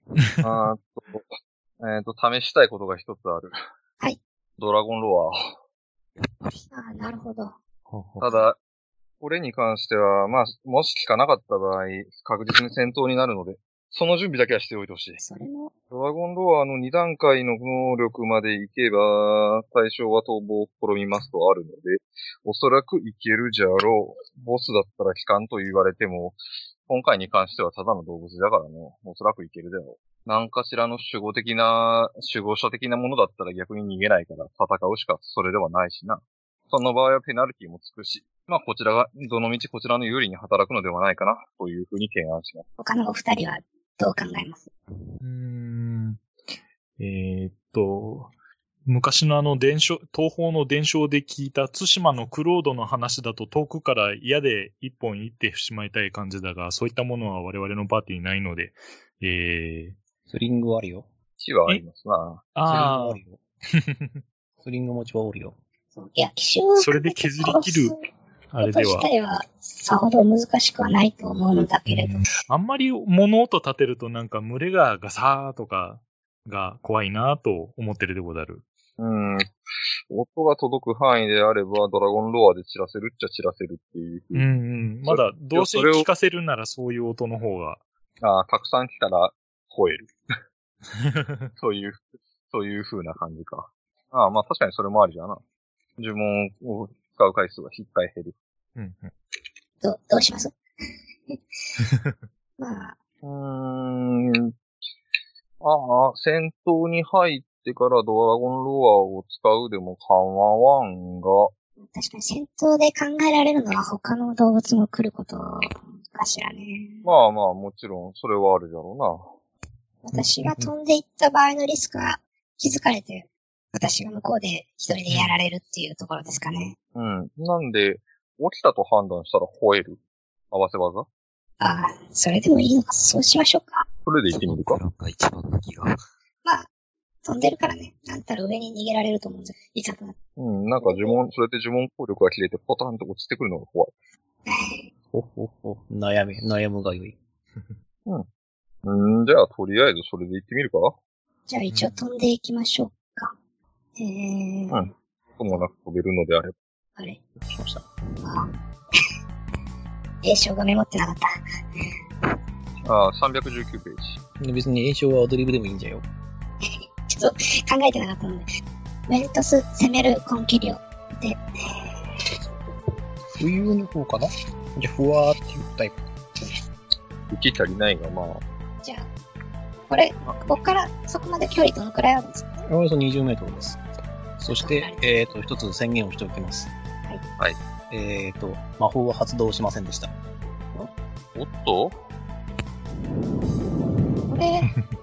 試したいことが一つある。 はい。 ドラゴンロア。なるほど。 ただ、これに関しては、もし効かなかった場合、確実に戦闘になるので、その準備だけはしておいてほしい。 それも。 ドラゴンロアの2段階の能力までいけば、対象は逃亡を試みますとあるので、おそらくいけるじゃろう。ボスだったら効かんと言われても、今回に関してはただの動物だからの、おそらくいけるだろう。何かしらの守護者的なものだったら逆に逃げないから戦うしかそれではないしな。その場合はペナルティもつくし、こちらが、どのみちこちらの有利に働くのではないかな、というふうに提案します。 他のお二人はどう考えます？ 昔の東方の伝承で聞いた対馬のクロードの話だと遠くから矢で一本行ってしまいたい感じだが、そういったものは我々のパーティーにないので、 スリングはあるよ。 死はありますな。 スリングはあるよ。スリング持ちはおるよ。 いや、奇襲それで削り切る、あれでは。 自体はさほど難しくはないと思うんだけれど。 あんまり物音立てるとなんか群れがガサーとかが怖いなと思ってるでござる。 音が届く範囲であれば、ドラゴンロアで散らせるっちゃ散らせるっていう。 まだ、どうせ聞かせるならそういう音の方が。 たくさん来たら吠える。そういう風な感じか。確かにそれもありじゃな。呪文を使う回数が1回減る。 どうします？ 戦闘に入ってからドラゴンロアを使うでも構わんが。 確かに戦闘で考えられるのは他の動物も来ることかしらね。 まあまあ、もちろん、それはあるじゃろうな。 私が飛んでいった場合のリスクは気づかれて、私が向こうで一人でやられるっていうところですかね。 うん。なんで、落ちたと判断したら吠える。合わせ技？ ああ、それでもいいのか、そうしましょうか。 それで行ってみるか。 が一番の気が。 まあ、飛んでるからね。なんたら上に逃げられると思うんですよ。いざとなって。 なんかそれで呪文効力が切れてポタンと落ちてくるのが怖い。 ほほほ。悩むがよい。 じゃあ、とりあえずそれで行ってみるか？ じゃあ一応飛んでいきましょうか。 ともなく飛べるのであれば。 あれしました。 栄唱がメモってなかった。 319ページ。 別に栄唱はアドリブでもいいんじゃよ。 ちょっと考えてなかったので。メントス攻める根気量で、 冬の方かな？じゃあ、ふわーっていうタイプ。 息足りないが、まあ。 じゃあ、ここからそこまで距離どのくらいあるんですか？ およそ20メートルです。そして、一つ宣言をしておきます。 はい。 魔法は発動しませんでした。 おっと？ これ、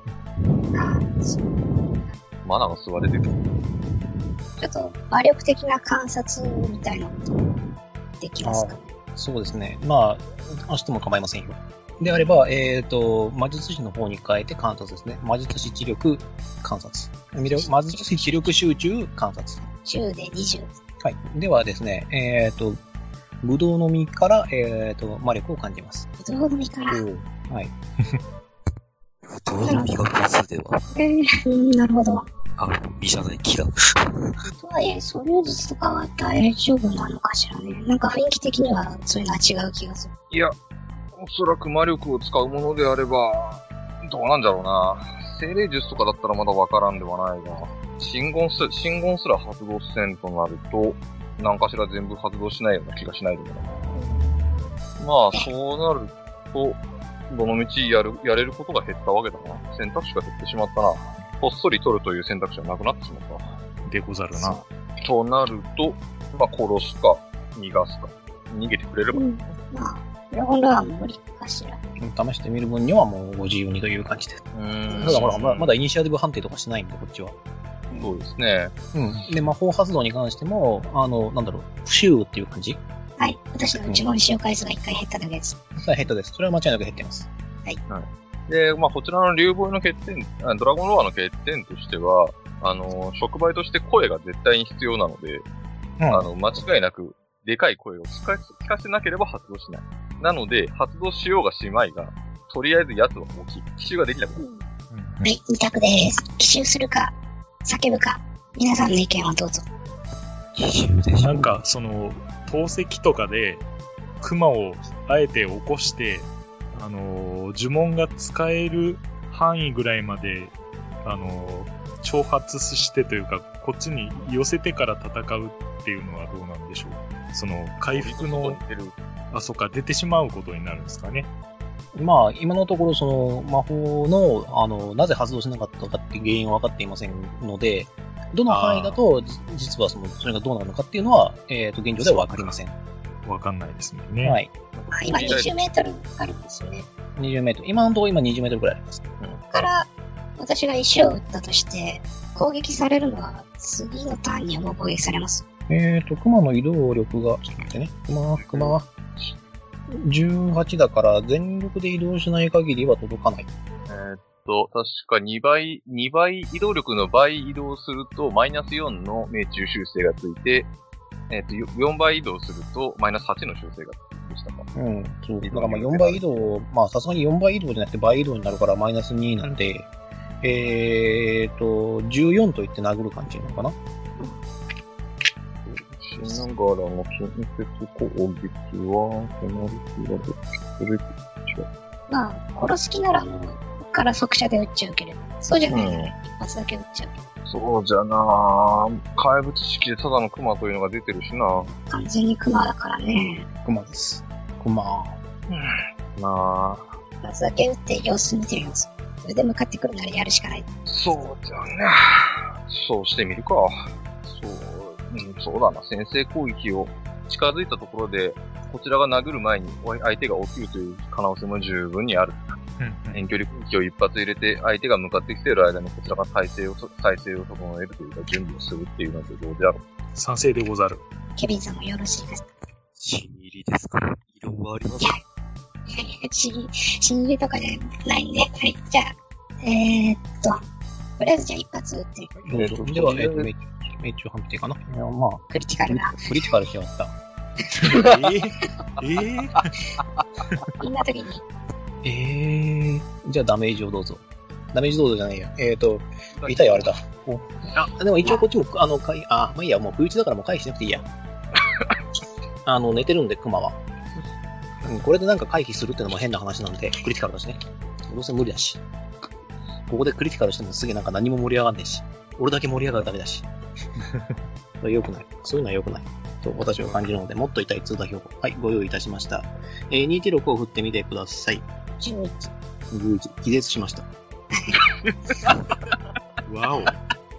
マナが吸われてる。 ちょっと魔力的な観察みたいなことできますか？ そうですね。まあ、しても構いませんよ。であれば、魔術師の方に変えて観察ですね。魔術師知力観察。魔術師知力集中観察。 10で20。 はい。ではですね、ブドウの実から、魔力を感じます。 ブドウの実から。 はい。 ブドウの実が複数では。 なるほど。 実じゃない木だ。 とはいえ、素粒術とかは大丈夫なのかしらね。なんか雰囲気的にはそういうのは違う気がする。 いや、おそらく魔力を使うものであれば、どうなんだろうな。精霊術とかだったらまだわからんではないが、真言すら発動せんとなると、何かしら全部発動しないような気がしないでもない。まあ、そうなると、どの道やれることが減ったわけだな。選択肢が減ってしまったな。こっそり取るという選択肢はなくなってしまった。 でござるな。 となると、まあ、殺すか、逃がすか。逃げてくれれば。 まあ、ドラゴンロアも無理かしら。 試してみる分にはもうご自由にという感じです。ただほら、まだイニシアティブ判定とかしてないんで、こっちは。 そうですね。 で、魔法発動に関しても、不習っていう感じ？ はい。私の呪文使用回数が1回減っただけです。 減ったです。それは間違いなく減ってます。 はい。 で、まあ、こちらの竜ボイの欠点、ドラゴンロアの欠点としては、触媒として声が絶対に必要なので、間違いなく、でかい声を聞かせなければ発動しない。なので、発動しようがしまいが、とりあえず奴は大きい。奇襲ができなくなる。 はい、2択です。奇襲するか、叫ぶか、皆さんの意見をどうぞ。 奇襲でしょ。 なんか、投石とかで、熊をあえて起こして、呪文が使える範囲ぐらいまで、挑発してというか、こっちに寄せてから戦うっていうのはどうなんでしょう。回復の、出てしまうことになるんですかね。 まあ、今のところ、魔法の、なぜ発動しなかったかっていう原因は分かっていませんので、どの範囲だと、実はそれがどうなるのかっていうのは、現状では分かりません。 分かんないですね。 はい。 今20メートルあるんですよね。 20メートル。今のところ今20メートルくらいあります。 ここから、私が石を撃ったとして、攻撃されるのは、次のターンにはもう攻撃されます。 熊の移動力が、ちょっと待ってね。熊は、18だから、全力で移動しない限りは届かない。 確か2倍移動力の倍移動すると、マイナス4の命中修正がついて、4倍移動すると、マイナス8の修正がでしたか。 そう。だから4倍移動、さすがに4倍移動じゃなくて倍移動になるからマイナス2なんで、14と言って殴る感じなのかな。 しながらも近接攻撃は、ペナルティがそれ違う。 まあ、殺す気ならもう、ここから速射で撃っちゃうけれど、そうじゃないなら一発だけ撃っちゃう。 そうじゃなぁ。怪物式でただのクマというのが出てるしな。 完全にクマだからね。 クマです。クマ。 まあ。 一発だけ撃って様子見てみます。 それで向かってくるならやるしかない。 そうだね。そうしてみるか。そうだな。先制攻撃を近づいたところで、こちらが殴る前に相手が起きるという可能性も十分にある。遠距離攻撃を一発入れて、相手が向かってきている間にこちらが体勢を整えるというか、準備をするっていうのでどうであろう。 賛成でござる。 ケビンさんもよろしいですか？ 新入りですから、異論はありません。 新入りとかじゃないんで、はい、じゃあ、とりあえずじゃあ一発撃って。 では、命中判定かな。いや、まあ、 クリティカルな。 クリティカルしまった。 みんな時に。 じゃあダメージをどうぞ。ダメージどうぞじゃないや。痛いあれだ。でも一応こっちも、まあいいや、もう不意打ちだからもう回避しなくていいや。寝てるんで、クマは。これでなんか回避するってのも変な話なんで、クリティカルだしね。どうせ無理だし。ここでクリティカルしてもすげえなんか何も盛り上がんねえし。俺だけ盛り上がるだけだし。良くない。そういうのは良くない。と私は感じるので、もっと痛い通過標語。はい、ご用意いたしました。2T6 を振ってみてください。 11。 気絶しました。 わお。 い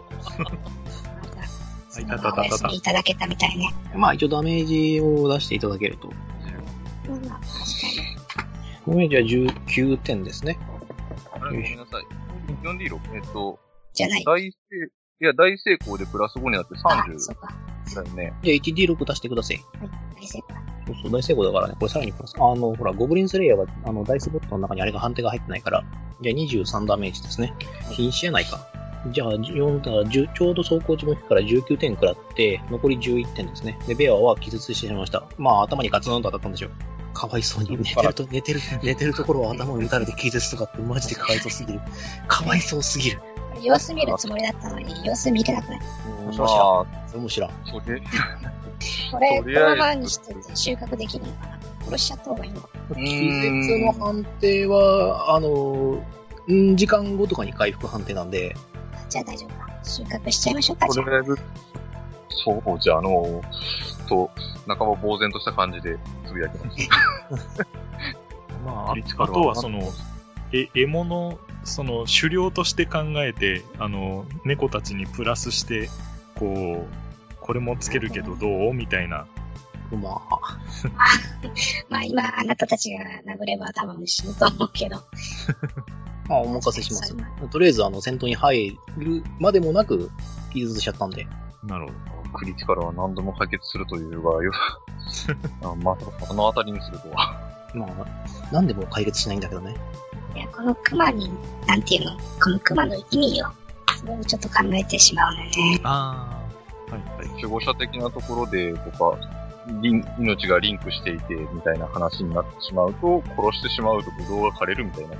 ただけたみたいね。 まあ一応ダメージを出していただけると。 まあ、確かに。 ダメージは19点ですね。 ごめんなさい。4D6、 じゃない。 大成功でプラス5になって30。 そうか。 だよね。 じゃあ 1D6 出してください。 はい、大成功。 そう、大成功だからね。これさらにプラス。ほら、ゴブリンスレイヤーは、ダイスボットの中にあれが判定が入ってないから、じゃあ23ダメージですね。瀕死じゃないか。じゃあ、4だからちょうど走行時もから19点食らって、残り11点ですね。で、ベアは傷ついてしまいました。まあ、頭にガツンと当たったんでしょう。かわいそうに。寝てるところを頭に打たれて気絶とかってマジでかわいそうすぎる。かわいそうすぎる。 様子見るつもりだったのに、様子見れなくない。 それも知らん。 これ、このままにして収穫できるのかな。殺しちゃった方がいいのかな。 気絶の判定は、時間後とかに回復判定なんで。 じゃあ大丈夫か。収穫しちゃいましょうか。 とりあえず、そう、じゃあ半ば呆然とした感じでつぶやきました。 まあ、あとは獲物、狩猟として考えて、猫たちにプラスして、これもつけるけどどうみたいな。 まあ今、あなたたちが殴れば多分死ぬと思うけど。 まあ、お任せします。とりあえず、戦闘に入るまでもなく、傷つしちゃったんで。 なるほど。 クリティカルは何度も解決するという場合を、まさかそのあたりにするとは。 まあ、何でも解決しないんだけどね。 いや、このクマに、なんていうの、このクマの意味を、それをちょっと考えてしまうのね。 はい。守護者的なところで、とか、命がリンクしていて、みたいな話になってしまうと、殺してしまうとブドウが枯れるみたいな。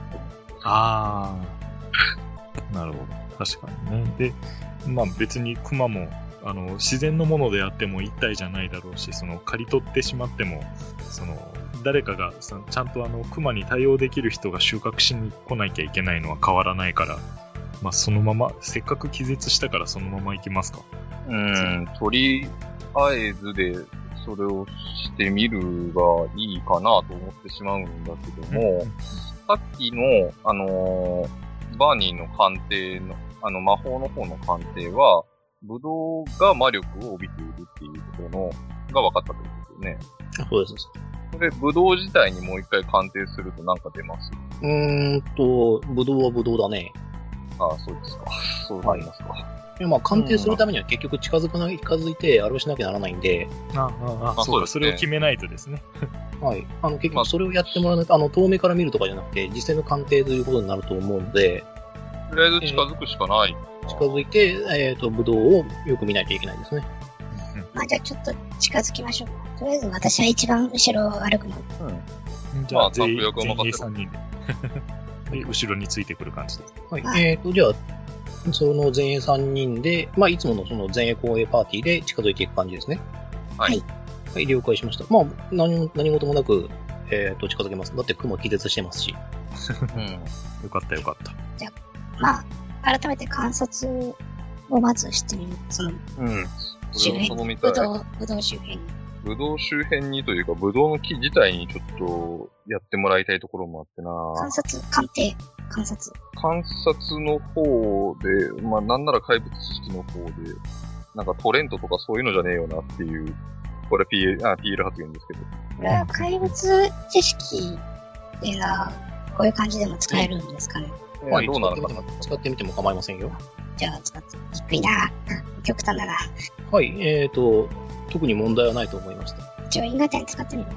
なるほど。確かにね。で、まあ別にクマも、自然のものであっても一体じゃないだろうし、刈り取ってしまっても、誰かが、ちゃんとクマに対応できる人が収穫しに来なきゃいけないのは変わらないから、まあそのまま、せっかく気絶したからそのまま行きますか。 とりあえずで、それをしてみるがいいかなと思ってしまうんだけども、さっきの、バーニーの鑑定の、魔法の方の鑑定は、ブドウが魔力を帯びているっていうことが分かったってことですよね。 そうです。 これ、ブドウ自体にもう一回鑑定すると何か出ます？ ブドウはブドウだね。 ああ、そうですか。そうなりますか。 まあ、鑑定するためには結局近づいて、あれをしなきゃならないんで。 そうだ、それを決めないとですね。 はい。結局それをやってもらわないと、遠目から見るとかじゃなくて、実際の鑑定ということになると思うので。 とりあえず近づくしかない。 近づいて、ブドウをよく見ないといけないですね。 まあじゃあちょっと近づきましょうか。とりあえず私は一番後ろを歩くの。 じゃあ全員3人で。で、後ろについてくる感じで。 はい。じゃあ、その前衛3人で、まあいつものその前衛後衛パーティーで近づいていく感じですね。 はい。 はい、了解しました。まあ、何事もなく、近づけます。だって雲気絶してますし。 よかったよかった。 じゃあ、まあ、改めて観察をまずしてみる。周辺に。ブドウ周辺に。 ブドウ周辺にというか、ブドウの木自体にちょっとやってもらいたいところもあってな。 鑑観察。 観察の方で、まあなんなら怪物知識の方で、なんかトレントとかそういうのじゃねえよなっていう、これ PL 発言ですけど。 これは怪物知識っていうのは、こういう感じでも使えるんですかね。 はい、 どうなのかな。 使ってみても構いませんよ。 じゃあ使って、低いな。極端だな。 はい、特に問題はないと思いました。 一応因果点使ってみる。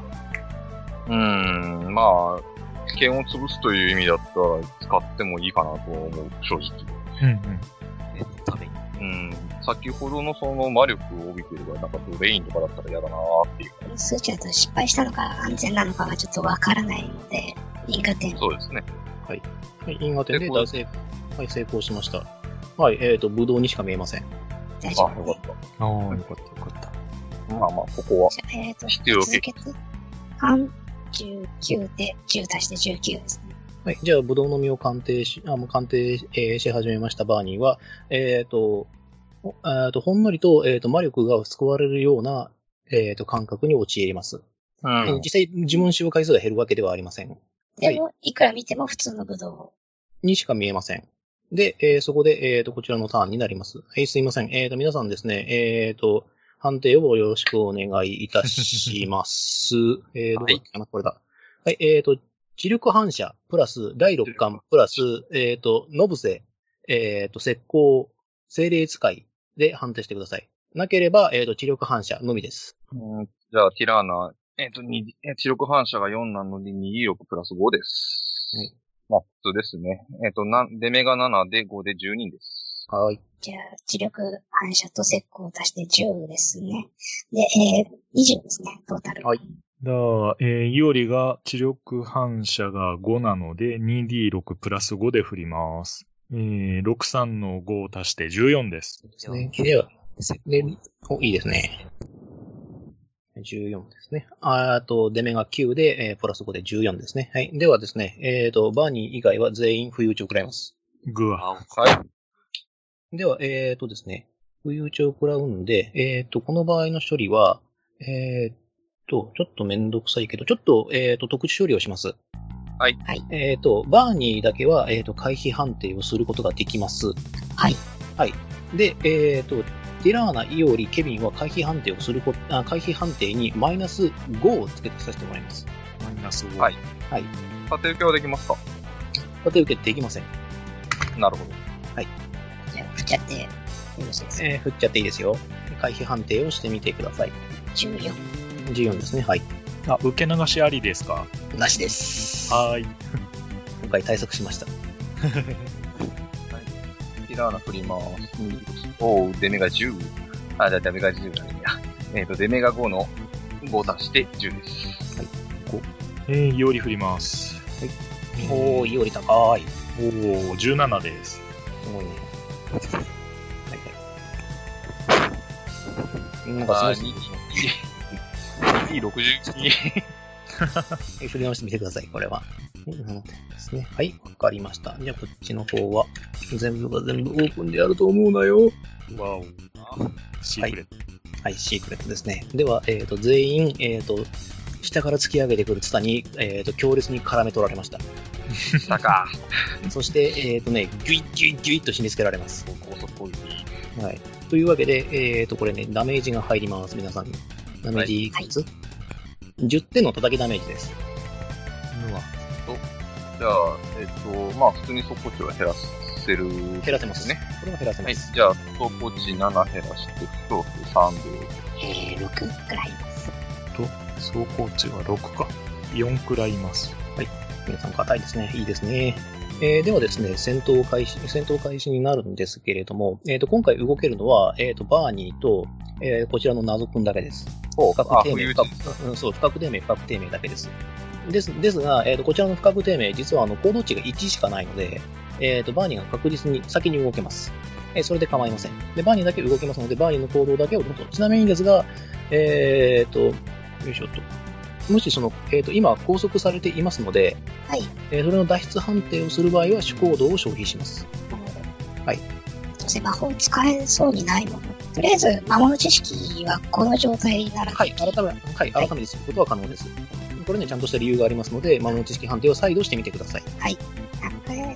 まあ、危険を潰すという意味だったら使ってもいいかなと思う、正直。 ために。 先ほどのその魔力を帯びてるから、なんかドレインとかだったら嫌だなーっていう。 数値だと失敗したのか安全なのかがちょっとわからないので、因果点。 そうですね。 はい。はい、因果点で大成功。はい、成功しました。はい、ブドウにしか見えません。 大丈夫。 よかった。 よかった。 まあまあ、ここは。 必要続けて。半19で10足して19ですね。 はい。じゃあ、ブドウの実を鑑定し始めましたバーニーは、ほんのりと、魔力が救われるような、感覚に陥ります。実際、呪文使用回数が減るわけではありません。 でも、いくら見ても普通のブドウにしか見えません。で、そこで、こちらのターンになります。はい、すいません。皆さんですね、判定をよろしくお願いいたします。どうだっけかな、これだ。はい、知力反射、プラス、第6巻、プラス、ノブセ、石膏、精霊使いで判定してください。なければ、知力反射のみです。 じゃあ、ティラーナ、知力反射が4なので226プラス5です。はい。まあ、普通ですね。デメが7で5で12です。 はい。 じゃあ、知力反射と石膏を足して10ですね。で、20ですね、トータル。 はい。 イオリが知力反射が5なので 2D6 プラス5で振ります。63の5を足して14です。 では、いいですね。14ですね。デメが9で、プラス5で14ですね。はい。ではですね、バーニー以外は全員不意打ちを食らいます。 グワ。 はい。 では、ですね、不意打ちを食らうんで、この場合の処理は、ちょっとめんどくさいけど、ちょっと、特殊処理をします。 はい。 はい。 バーニーだけは、回避判定をすることができます。 はい。 はい。で、ディラーナ、イオリ、ケビンは回避判定をする回避判定にマイナス5をつけてさせてもらいます。 マイナス5。 はい。 はい。 縦受けはできますか？ 縦受けできません。 なるほど。 はい。 じゃあ、振っちゃってよろしいですか？ 振っちゃっていいですよ。回避判定をしてみてください。 14。 14ですね。はい。 受け流しありですか？ なしです。 はい。 今回対策しました。 ティラーナ振ります。デメが10。デメが10じゃないや。デメが5の5足して10です。 はい。 5。イオリ振ります。 はい。イオリ高い。 17です。 すごいね。はい。なんかすごい。 262。 振り直してみてください、これは。ですね。はい、わかりました。じゃあ、こっちの方は、全部が全部オープンでやると思うなよ。 わお。シークレット。 はい、シークレットですね。では、全員、下から突き上げてくるツタに、強烈に絡め取られました。 したか。 そして、ギュイッギュイッと締め付けられます。はい。というわけで、これね、ダメージが入ります、皆さんに。ダメージいくつ？ 10 点の叩きダメージです。 じゃあ、まあ普通に速攻値は減らせる、 減らせますね。これは減らせます。 はい。じゃあ、速攻値7減らして、ストーク3 で。6くらいいます。 走行値は6か。4くらいいます。 はい。皆さん硬いですね。いいですね。ではですね、戦闘開始になるんですけれども、今回動けるのは、バーニーと、こちらの謎くんだけです。不確定名だけです。ですが、こちらの不確定名、実は行動値が1しかないので、バーニーが確実に先に動けます。それで構いません。で、バーニーだけ動けますので、バーニーの行動だけをどうぞ。ちなみにですが、よいしょっと。もし今拘束されていますので、 はい。 それの脱出判定をする場合は、主行動を消費します。はい。 どうせ魔法使えそうにないもの。とりあえず、魔物知識はこの状態なら。 はい、改めてすることは可能です。これね、ちゃんとした理由がありますので、魔物知識判定を再度してみてください。 はい。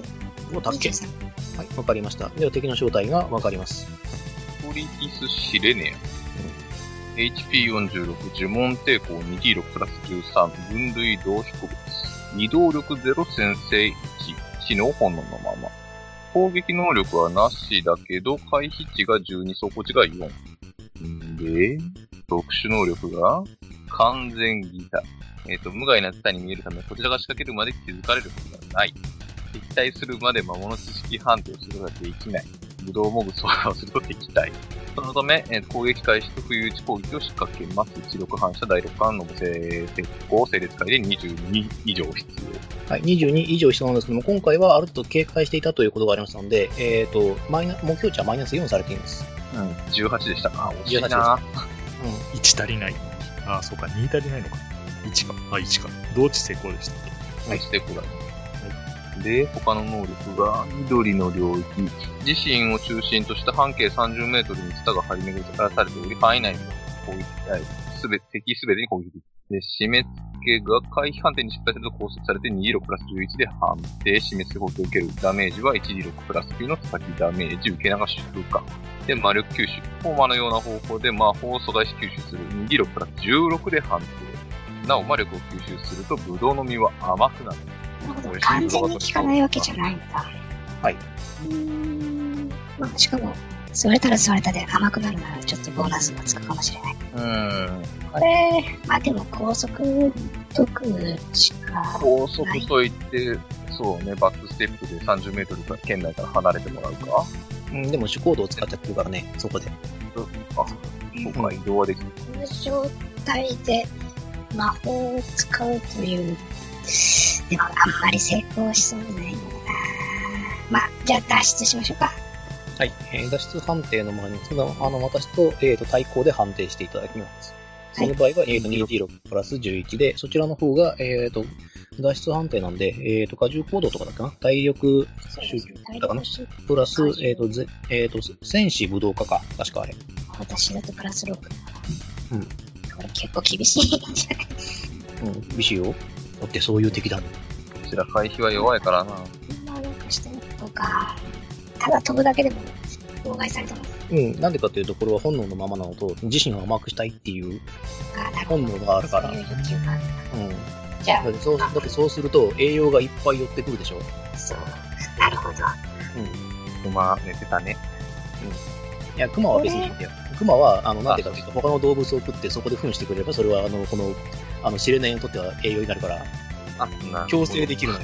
お、たっけ。 23。 はい、わかりました。では敵の正体がわかります。 トリティス・シレネア。HP46、呪文抵抗 2D6 プラス13、分類同飛行物。移動力0、先制1、知能本能のまま。攻撃能力はなしだけど、回避値が12、走行値が4。で、特殊能力が、完全擬態。無害な事態に見えるため、こちらが仕掛けるまで気づかれることがない。敵対するまで魔物知識判定をすることができない。武道モグ操作をすると敵対。そのため、攻撃開始と不意打ち攻撃を仕掛けます。一力反射第6巻の石膏整列界で22以上必要。 はい、22以上必要なんですけども、今回はある程度警戒していたということがありましたので、目標値はマイナス4されています。 18でしたか。惜しいな。 1足りない。あ、そうか、2足りないのか。1か。あ、1か。同値成功でしたっけ。 はい、成功だね。で、他の能力が、緑の領域。自身を中心とした半径30メートルにツタが張り巡らされており、範囲内の攻撃、敵すべてに攻撃できる。で、締め付けが回避判定に失敗すると拘束されて 2D6 プラス11で判定。締め付け攻撃を受けるダメージは 1D6 プラス9の先ダメージ。受け流し風化。で、魔力吸収。フォーマのような方法で魔法阻害し吸収する 2D6 プラス16で判定。なお魔力を吸収するとブドウの実は甘くなる。 なるほど。完全に効かないわけじゃないんだ。 はい。 まあ、しかも、それたらそれたで甘くなるならちょっとボーナスがつくかもしれない。これ、まあでも高速得しか。 高速といって、そうね、バックステップで30メートル圏内から離れてもらうか。 でも主コードを使っちゃってるからね、そこで。 あ、そうか、移動はできる。 この状態で魔法を使うという、でもあんまり成功しそうにないのかな。まあ、じゃあ脱出しましょうか。 はい。脱出判定の前に、私と、対抗で判定していただきます。その場合は、2D6 プラス11で、そちらの方が、脱出判定なんで、荷重行動とかだっけな、体力集中だったかな、プラス、戦士武道家か、確かあれ。 私だとプラス6。 これ結構厳しいんじゃない？ 厳しいよ。だってそういう敵だね。 こちら回避は弱いからな。 まあなんかしてみようか。ただ飛ぶだけでも妨害されてます。 なんでかっていうと、これは本能のままなのと、自身を甘くしたいっていう本能があるから。 そういう欲求がある。 じゃあだってそうすると栄養がいっぱい寄ってくるでしょ。 そう。なるほど。 熊寝てたね。 いや、熊は別にいいんだよ。熊は、なんていうか、他の動物を食ってそこで糞してくれれば、それは、シレネにとっては栄養になるから、強制できるのよ。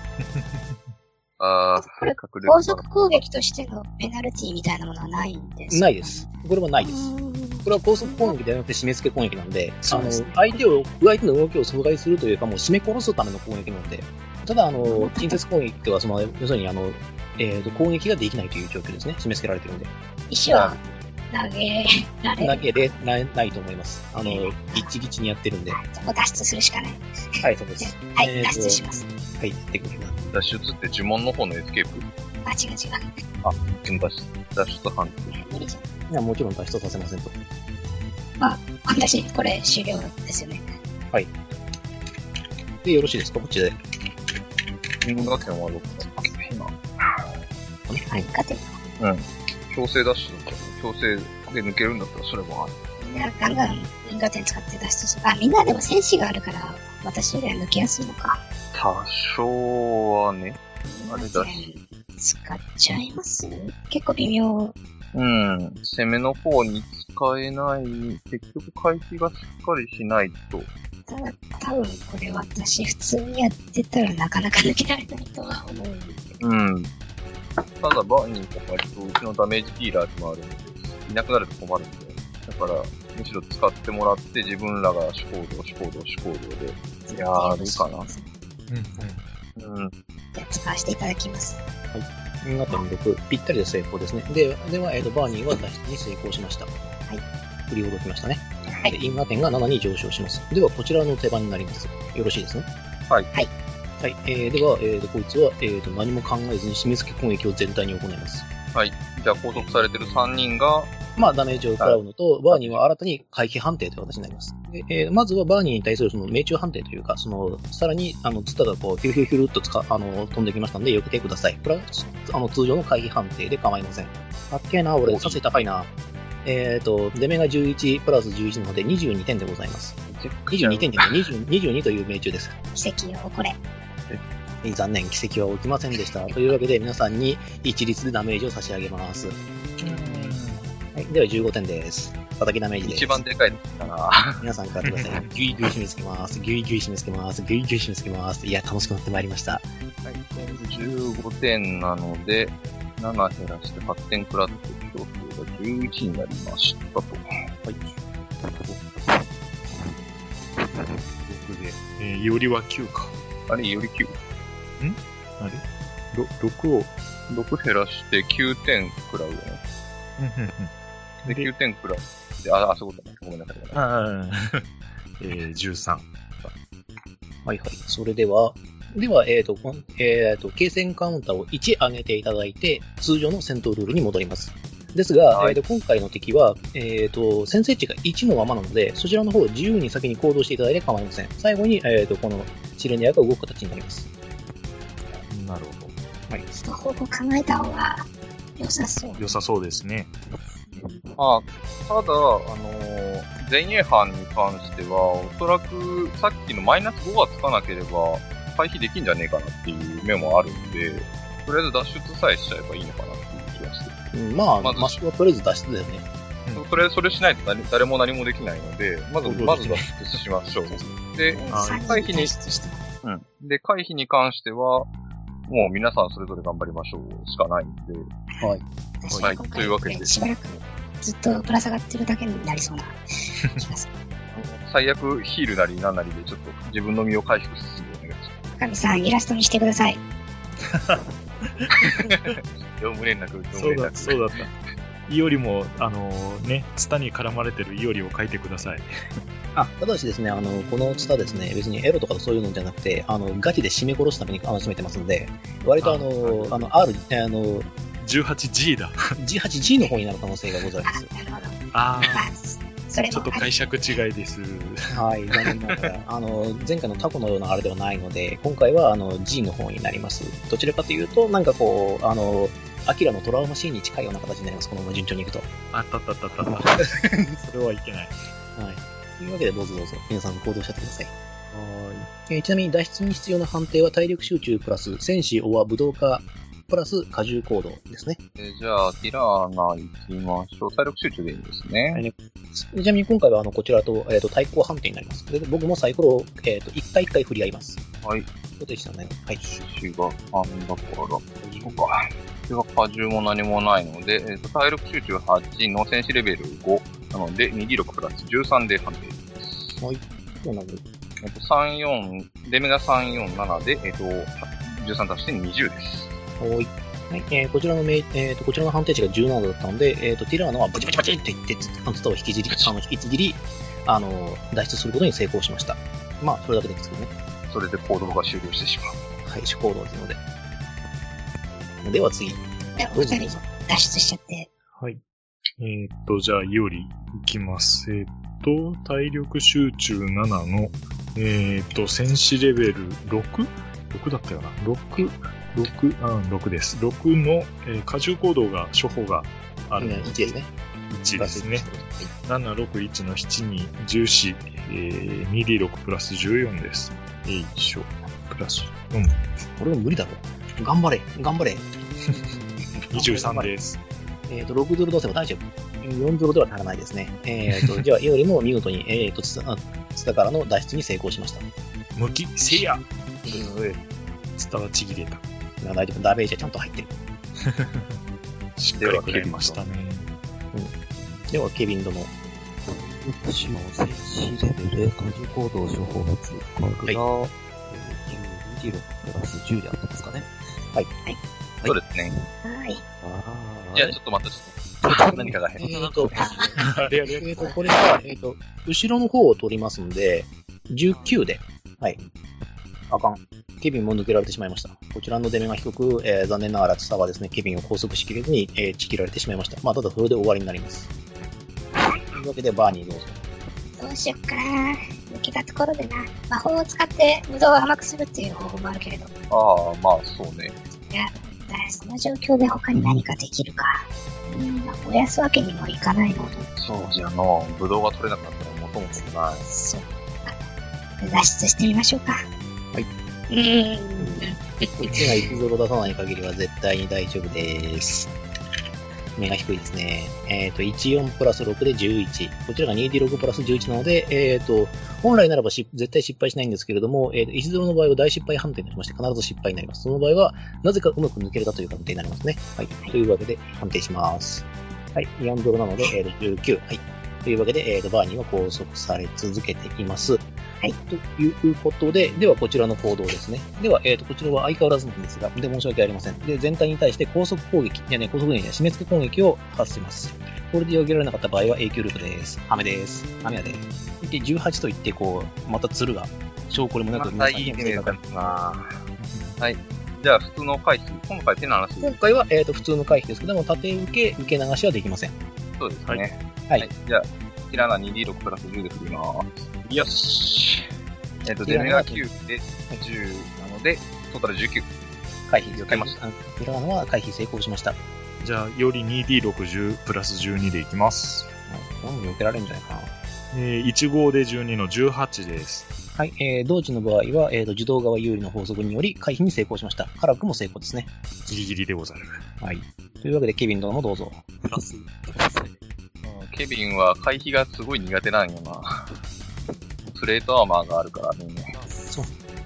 これ、高速攻撃としてのペナルティみたいなものはないんですか？ ないです。これはないです。これは高速攻撃ではなくて締め付け攻撃なんで、相手の動きを阻害するというか、もう締め殺すための攻撃なので、ただ、近接攻撃っては、要するに、攻撃ができないという状況ですね。締め付けられてるんで。 石は投げられる。 投げれないと思います。ギッチギチにやってるんで。 そこ脱出するしかない。 はい、そうです。 はい、脱出します。 はい、やってくれる。 脱出って呪文の方のエスケープ？ あ、違う。 脱出判定。 いや、もちろん脱出させませんと。 まあ、私、これ終了ですよね。 はい。で、よろしいですか、こっちで。 因果点は6だ。 因果点？ 強制脱出だったら、強制で抜けるんだったらそれもある。 みんなガンガン因果点使って脱出する。みんなでも戦士があるから、私よりは抜けやすいのか。 多少はね、あれだし。 使っちゃいます？結構微妙。 攻めの方に使えない、結局回避がしっかりしないと。 ただ、多分これ私普通にやってたらなかなか抜けられないとは思うんで。 ただバーニーとか割とうちのダメージディーラーでもあるので、いなくなると困るんで、だから、むしろ使ってもらって自分らが主行動で、やるかな。 じゃあ使わせていただきます。 はい。因果点6、ぴったりで成功ですね。では、バーニーは脱出に成功しました。はい。振りほどきましたね。はい。因果点が7に上昇します。では、こちらの手番になります。よろしいですね。 はい。 はい。 はい。では、こいつは、何も考えずに締め付け攻撃を全体に行います。 はい。じゃあ、拘束されてる3人が、 ダメージを食らうのと、バーニーは新たに回避判定という形になります。 まずはバーニーに対するその命中判定というか、さらに、ツタがこう、ヒュルヒュルヒュルっと飛んできましたので、避けてください。これは、通常の回避判定で構いません。かっけえな、俺、させ高いな。出目が11プラス11なので22点でございます。22点で22という命中です。 奇跡を起これ。 残念、奇跡は起きませんでした。というわけで、皆さんに一律でダメージを差し上げます。はい、では15点です。叩きダメージです。 一番でかいかな。 皆さんからください。ギュイギュイ締め付けます。ギュイギュイ締め付けます。ギュイギュイ締め付けます。いや、楽しくなってまいりました。はい、 15点なので、7減らして8点食らって、票数が11になりましたと。はい。 6で、よりは9か。 あれ、より 9？ あれ ?6 を。 6減らして9点食らうよね。で、9点食らう。で、そういうことね。ごめんなさい。 13。 はいはい。それでは、継戦カウンターを1上げていただいて、通常の戦闘ルールに戻ります。ですが、はい、今回の敵は、先制値が1のままなので、そちらの方を自由に先に行動していただいて構いません。最後に、このシレニアが動く形になります。 なるほど。 はい。その方法考えた方が良さそう。 良さそうですね。 ただ、前衛班に関しては、おそらくさっきのマイナス5がつかなければ、回避できんじゃねえかなっていう目もあるんで、とりあえず脱出さえしちゃえばいいのかなっていう気がして。 まずマスクはとりあえず脱出だよね。 とりあえずそれしないと誰も何もできないので、まず脱出しましょう。で、回避に関しては、もう皆さんそれぞれ頑張りましょうしかないんで。 はい。 はい、というわけで。 しばらくずっとぶら下がってるだけになりそうな気がする。 最悪ヒールなりなんなりでちょっと自分の身を回復するんでお願いします。 神さん、イラストにしてください。 無連絡。 そうだった。イオリも、ツタに絡まれてるイオリを描いてください。 ただしですね、このツタですね、別にエロとかそういうのじゃなくて、ガチで締め殺すために締めてますんで、割と 18G だ。 18G の方になる可能性がございます。 ちょっと解釈違いです。 はい、残念ながら、前回のタコのようなあれではないので、今回はG の方になります。どちらかというと、なんかこう、アキラのトラウマシーンに近いような形になります、このまま順調にいくと。 あった。それはいけない。はい。 というわけで、どうぞ、皆さん行動しちゃってください。ちなみに、脱出に必要な判定は体力集中プラス、戦士、オア、武道家、プラス、荷重行動ですね。 じゃあ、ティラーナ行きましょう。体力集中でいいんですね。はい、 ちなみに今回は、こちらと、対抗判定になります。で僕もサイコロを、一回振り合います。 はい。 そうでしたね。はい。 集が3だから、そうか。では、荷重も何もないので、体力集中8の戦士レベル5なので、2D6 プラス13で判定です。 はい。そうなんです。 出目が3、4、7で、13足して20です。 はい。こちらの判定値が17だったので、ティラーノはバチバチバチって言って、ツタを引きちぎり、脱出することに成功しました。まあ、それだけですけどね。 それで行動が終了してしまう。 はい、主行動ですので。では次。 お二人脱出しちゃって。 はい。じゃあ、イオリいきます。体力集中7の、戦士レベル 6？ 6だったよな。6です。6の、荷重行動が、処方がある。 1ですね。 1ですね。7、6、1の7に14、2D6 プラス14です。プラス4。 これも無理だろ。頑張れ。 23です。 6ドルどうせば大丈夫。4ドルでは足らないですね。じゃあ、よりも見事に、ツタからの脱出に成功しました。 無きせやツタはちぎれた。 大丈夫。ダメージはちゃんと入ってる。 しっかりくれましたね。 では、ケビン殿。 私の戦士レベルで荷重行動処方発。これが、9、2D6 プラス10であったんですかね。 はい。 そうですね。 はい。 いや、ちょっと待って、何かが変。 これが、後ろの方を取りますんで、19で、はい。あかん。ケビンも抜けられてしまいました。こちらの出目が低く、残念ながらツタはですね、ケビンを拘束しきれずに、ちぎられてしまいました。まあ、ただそれで終わりになります。というわけで、バーニーどうぞ。 どうしよっかな。抜けたところでな。魔法を使って無道を甘くするっていう方法もあるけれど。 ああ、まあ、そうね。 いや、その状況で他に何かできるか。燃やすわけにもいかないの。 そうじゃな。ブドウが取れなかったら元も子もない。 そう。脱出してみましょうか。 はい。こっちが1ゾロ出さない限りは絶対に大丈夫です。目が低いですね。14プラス6で11。こちらが 2D6 プラス11なので、本来ならば絶対失敗しないんですけれども、1ゾロの場合は大失敗判定になりまして、必ず失敗になります。その場合は、なぜかうまく抜けれたという判定になりますね。はい。というわけで、判定します。はい。4ゾロなので、19。はい。というわけで、バーニーは拘束され続けています。はい。ということで、ではこちらの行動ですね。では、こちらは相変わらずなんですが、で、申し訳ありません。で、全体に対して高速攻撃、締め付け攻撃を発します。これで避けられなかった場合は永久ループです。雨です。雨やで。で、18と言って、また鶴が、証拠でもなく皆さんに見せかかる。 はい。じゃあ、普通の回避。今回手の話。 今回は、普通の回避ですけども、縦受け流しはできません。 そうですね。 はい。 じゃあ、キラナ 2D6 プラス10で振ります。よし。出目が9で10なので、トータル19。 回避使いました。 キラナは回避成功しました。 じゃあ、より 2D60 プラス12でいきます。 はい。避けられるんじゃないかな。 1号で12の18です。 はい。同時の場合は、受動側有利の法則により回避に成功しました。カラクも成功ですね。 ギリギリでござる。 はい。というわけで、ケビン殿もどうぞ。 プラス。 ケビンは回避がすごい苦手なんよな。プレートアーマーがあるからね。 そう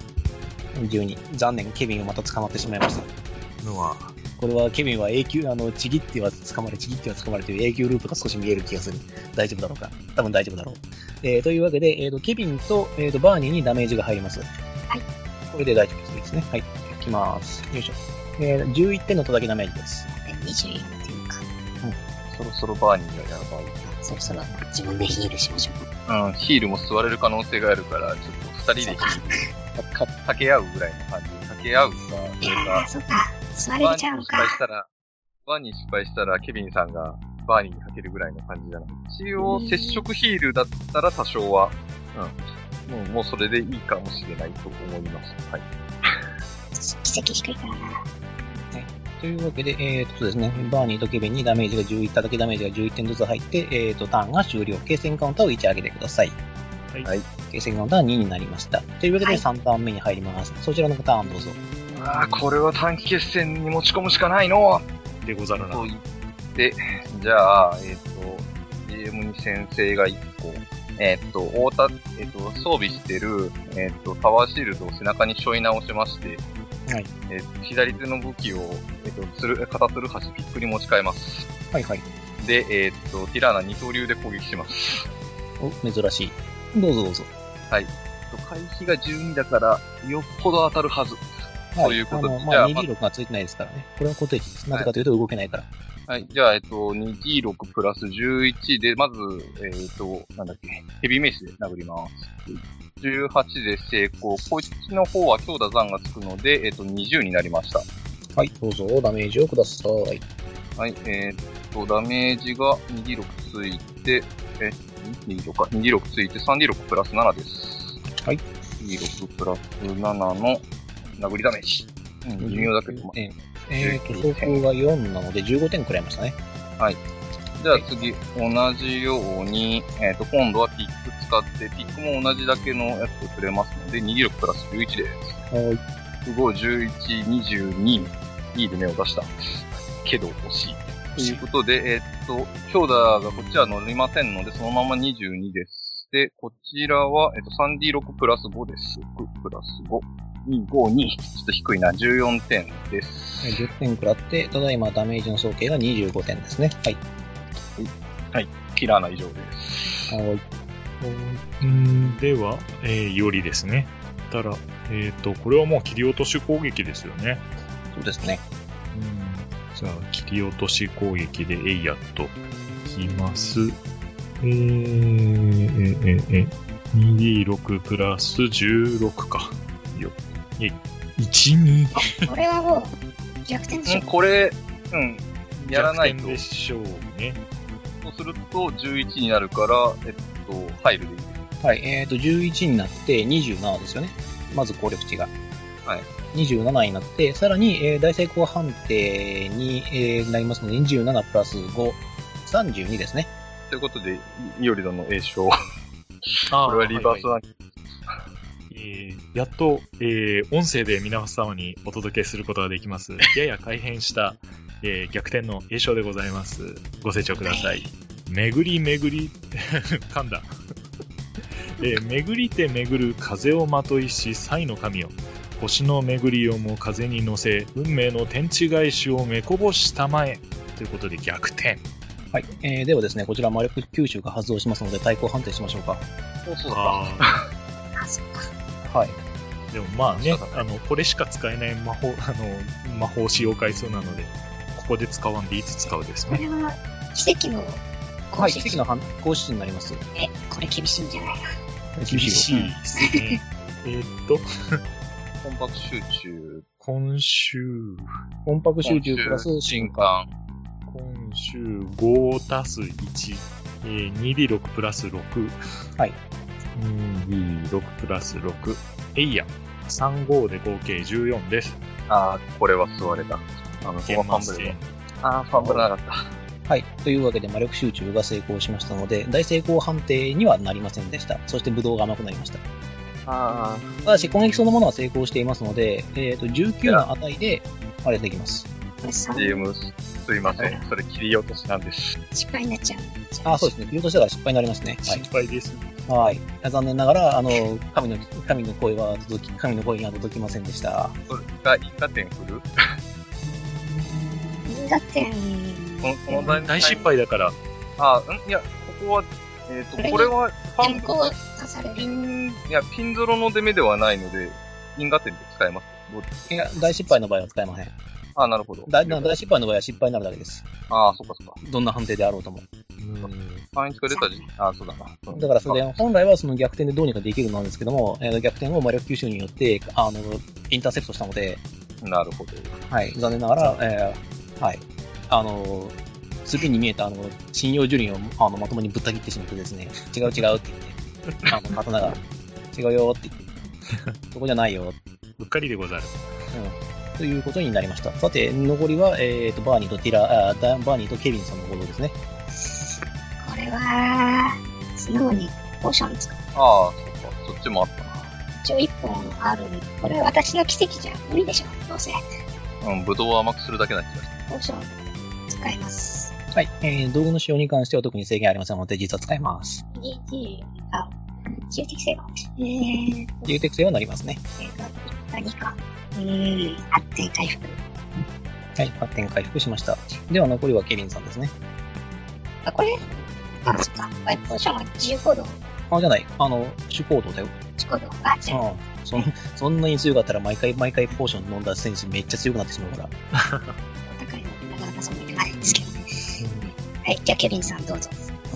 。12。残念、ケビンをまた捕まってしまいました。これはケビンは永久、ちぎっては捕まれという永久ループが少し見える気がする。大丈夫だろうか。多分大丈夫だろう。というわけで、ケビンと、バーニーにダメージが入ります。 はい。 これで大丈夫ですね。はい。いきます。よいしょ。11点の叩きダメージです。 24点か。 そろそろバーニーがやばい。 そろそろ自分でヒールしましょう。ヒールも座れる可能性があるから、ちょっと二人でヒール掛け合うぐらいの感じで掛け合うか、 いやそうか。座れちゃうのか。 バーニー失敗したら、ケビンさんがバーニーにかけるぐらいの感じじゃない。一応、接触ヒールだったら多少は、もうそれでいいかもしれないと思います。はい。 奇跡低いからな。 というわけで、そうですね、バーニーとケビンにダメージが11、叩きダメージが11点ずつ入って、ターンが終了。継戦カウンターを1上げてください。 はい。 継戦カウンターは2になりました。というわけで3ターン目に入ります。そちらのターンどうぞ。 これは短期決戦に持ち込むしかないのでござるな。 と言って、じゃあ、GM に先生が1個、装備してる、パワーシールドを背中に背負い直しまして、 はい。 左手の武器を、片つる端ピックに持ち替えます。 はいはい。 で、ティラーナ二刀流で攻撃します。 お、珍しい。どうぞどうぞ。 はい。回避が12だから、よっぽど当たるはず。 はい、 ということで。 2D6 がついてないですからね。これは固定値です。なぜかというと動けないから。 はい。じゃあ、2D6 プラス11で、まず、なんだっけ、ヘビーメイスで殴ります。18で成功。こっちの方は強打残がつくので、20になりました。 はい、どうぞ、ダメージをください。 はい、ダメージが 2D6 ついて、2D6 か。2D6 ついて 3D6 プラス7です。 はい。 2D6 プラス7の殴りダメージ。微妙だけど、 走行が4なので15点くらいましたね。はい。 じゃあ次、同じように、今度はピック使って、ピックも同じだけのやつをくれますので、2D6 プラス11です。 はい。 15、11、22、いいで目を出した。けど惜しい。ということで、強打がこっちは乗りませんので、そのまま22です。で、こちらは、3D6 プラス5です。6プラス5。2、5、2。ちょっと低いな。14点です。 10点くらって、ただいまダメージの総計が25点ですね。はい。 はい。キラーな以上です。 はい。 では、よりですね。たら、これはもう切り落とし攻撃ですよね。 そうですね。 じゃあ、切り落とし攻撃でエイヤッといきます。2D6 プラス16か。よ。1、2。 これはもう、逆転でしょ。 これ、やらないと。 逆転でしょうね。 そとすると11になるから、入るでいいです。 はい、11になって27ですよね。まず効力値が。 はい。 27になって、さらに、大成功判定に、なりますので、27プラス5、32ですね。 ということで、イオリドの栄唱。これはリバースは、 やっと、音声で皆様にお届けすることができます。やや改変した、逆転の栄唱でございます。ご清聴ください。巡り、噛んだ。巡りて巡る風をまといし、才の神よ。星の巡りをも風に乗せ、運命の天地返しをめこぼしたまえ。ということで逆転。 はい。ではですね、こちら魔力吸収が発動しますので、対抗判定しましょうか。 そうだった。 あ、そっか。 はい。 でもまあね、これしか使えない魔法使用回数なので、ここで使わんでいつ使うですね。 これは、奇跡のはい、奇跡の行使になります。 これ厳しいんじゃないか。 厳しいですね。 コンパク集中。 コンパク集中プラス進化。 今週5足す1。2D6 プラス6。 はい。 2D6 プラス6。35で合計14です。 これは座れた。ファンブルなかった。 はい。というわけで魔力集中が成功しましたので、大成功判定にはなりませんでした。そしてブドウが甘くなりました。ただし攻撃そのものは成功していますので、19の値で、あれできます。 CM、すいません。それ切り落としなんです。 失敗になっちゃう。 そうですね。切り落としだから失敗になりますね。 はい、失敗です。 はい。残念ながら、神の声には届きませんでした。 それが因果点振る？ 因果点。 この大失敗だから。 いや、ここは、これは、ピンゾロの出目ではないので、因果点で使えます。どうですか？ いや、大失敗の場合は使えません。 なるほど。 大失敗の場合は失敗になるだけです。 そっか。 どんな判定であろうとも。 単一が出たそうだな。 だからそれ、本来はその逆転でどうにかできるなんですけども、逆転を魔力吸収によって、インターセプトしたので。 なるほど。 はい、残念ながら、はい。次に見えた針葉樹林をまともにぶった切ってしまってですね、違うって言って、刀が、違うよって言って、そこじゃないよ。 うっかりでござる。 ということになりました。さて、残りは、バーニーとケビンさんのことですね。 これは、素直にポーション使う。 そっちもあったな。 一応1本ある。これは私の奇跡じゃ無理でしょ、どうせ。 ブドウを甘くするだけなんですよ。 ポーション使います。 はい。道具の使用に関しては特に制限ありませんので、実は使います。 自由適性は自由適性はなりますね。 何か。発展回復。 はい、発展回復しました。では残りはケビンさんですね。 これそっか。ポーションは自由行動。 じゃない。主行動だよ。 主行動。じゃあ。 そんなに強かったら毎回ポーション飲んだ選手めっちゃ強くなってしまうから。 お高いのなかなかそんなにないんですけどね。はい、じゃあケビンさんどうぞ。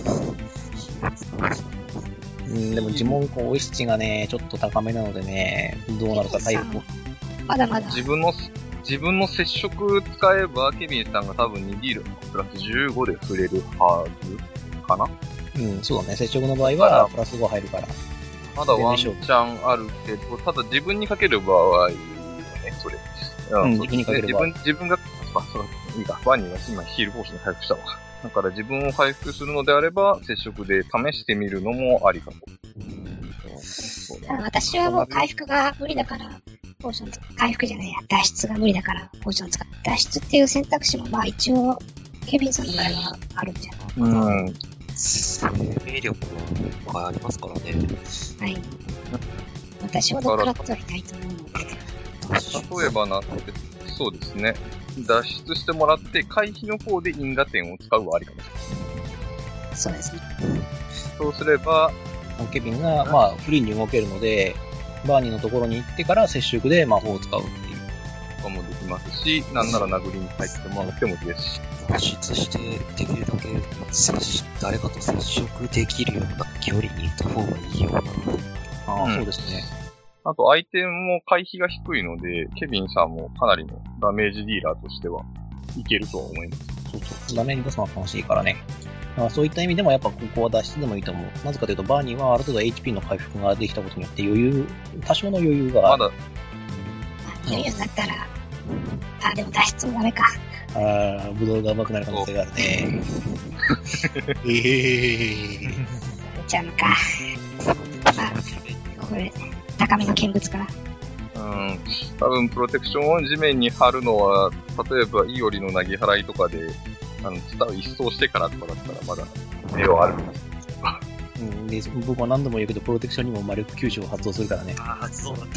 でも呪文庫オイスチがね、ちょっと高めなのでね、どうなるか最後。 まだまだ。 自分の接触使えば、ケビンさんが多分2D プラス15で触れるはずかな？ そうだね。接触の場合は、プラス5入るから。 まだワンチャンあるけど、ただ自分にかける場合よね、それ。 自分にかける場合。 自分が、いいか、バニーが今ヒールポーションで回復したわ。だから自分を回復するのであれば、接触で試してみるのもありかと。 私はもう回復が無理だから、ポーション回復じゃないや、脱出が無理だから、ポーション使う。脱出っていう選択肢も、一応、ケビンさんの場合はあるんじゃない。 生命力がありますからね。 はい。私ほど食らってはいないと思うので。 例えばそうですね。脱出してもらって、回避の方で因果点を使うはありかもしれない。 そうですね。 そうすれば、 ケビンが、フリーに動けるので、バーニーのところに行ってから接触で魔法を使うっていう。 こともできますし、なんなら殴りに入ってもらってもいいですし。 脱出して、できるだけ誰かと接触できるような距離にいた方がいいような。 そうですね。 あと、相手も回避が低いので、ケビンさんもかなりのダメージディーラーとしてはいけるとは思います。 ダメージ出すのは楽しいからね。 そういった意味でもやっぱここは脱出でもいいと思う。なぜかというと、バーニーはある程度 HP の回復ができたことによって多少の余裕がある。 まだ。 余裕だったら、でも脱出もダメか。 ブドウが上手くなる可能性があるね。 ちゃうのか。これ、高めの見物かな。 多分プロテクションを地面に貼るのは、例えばイオリの投げ払いとかで、ツタを一掃してからとかだったらまだ、絵はあるんですで僕は何度も言うけど、プロテクションにも魔力吸収を発動するからね。 そうだった。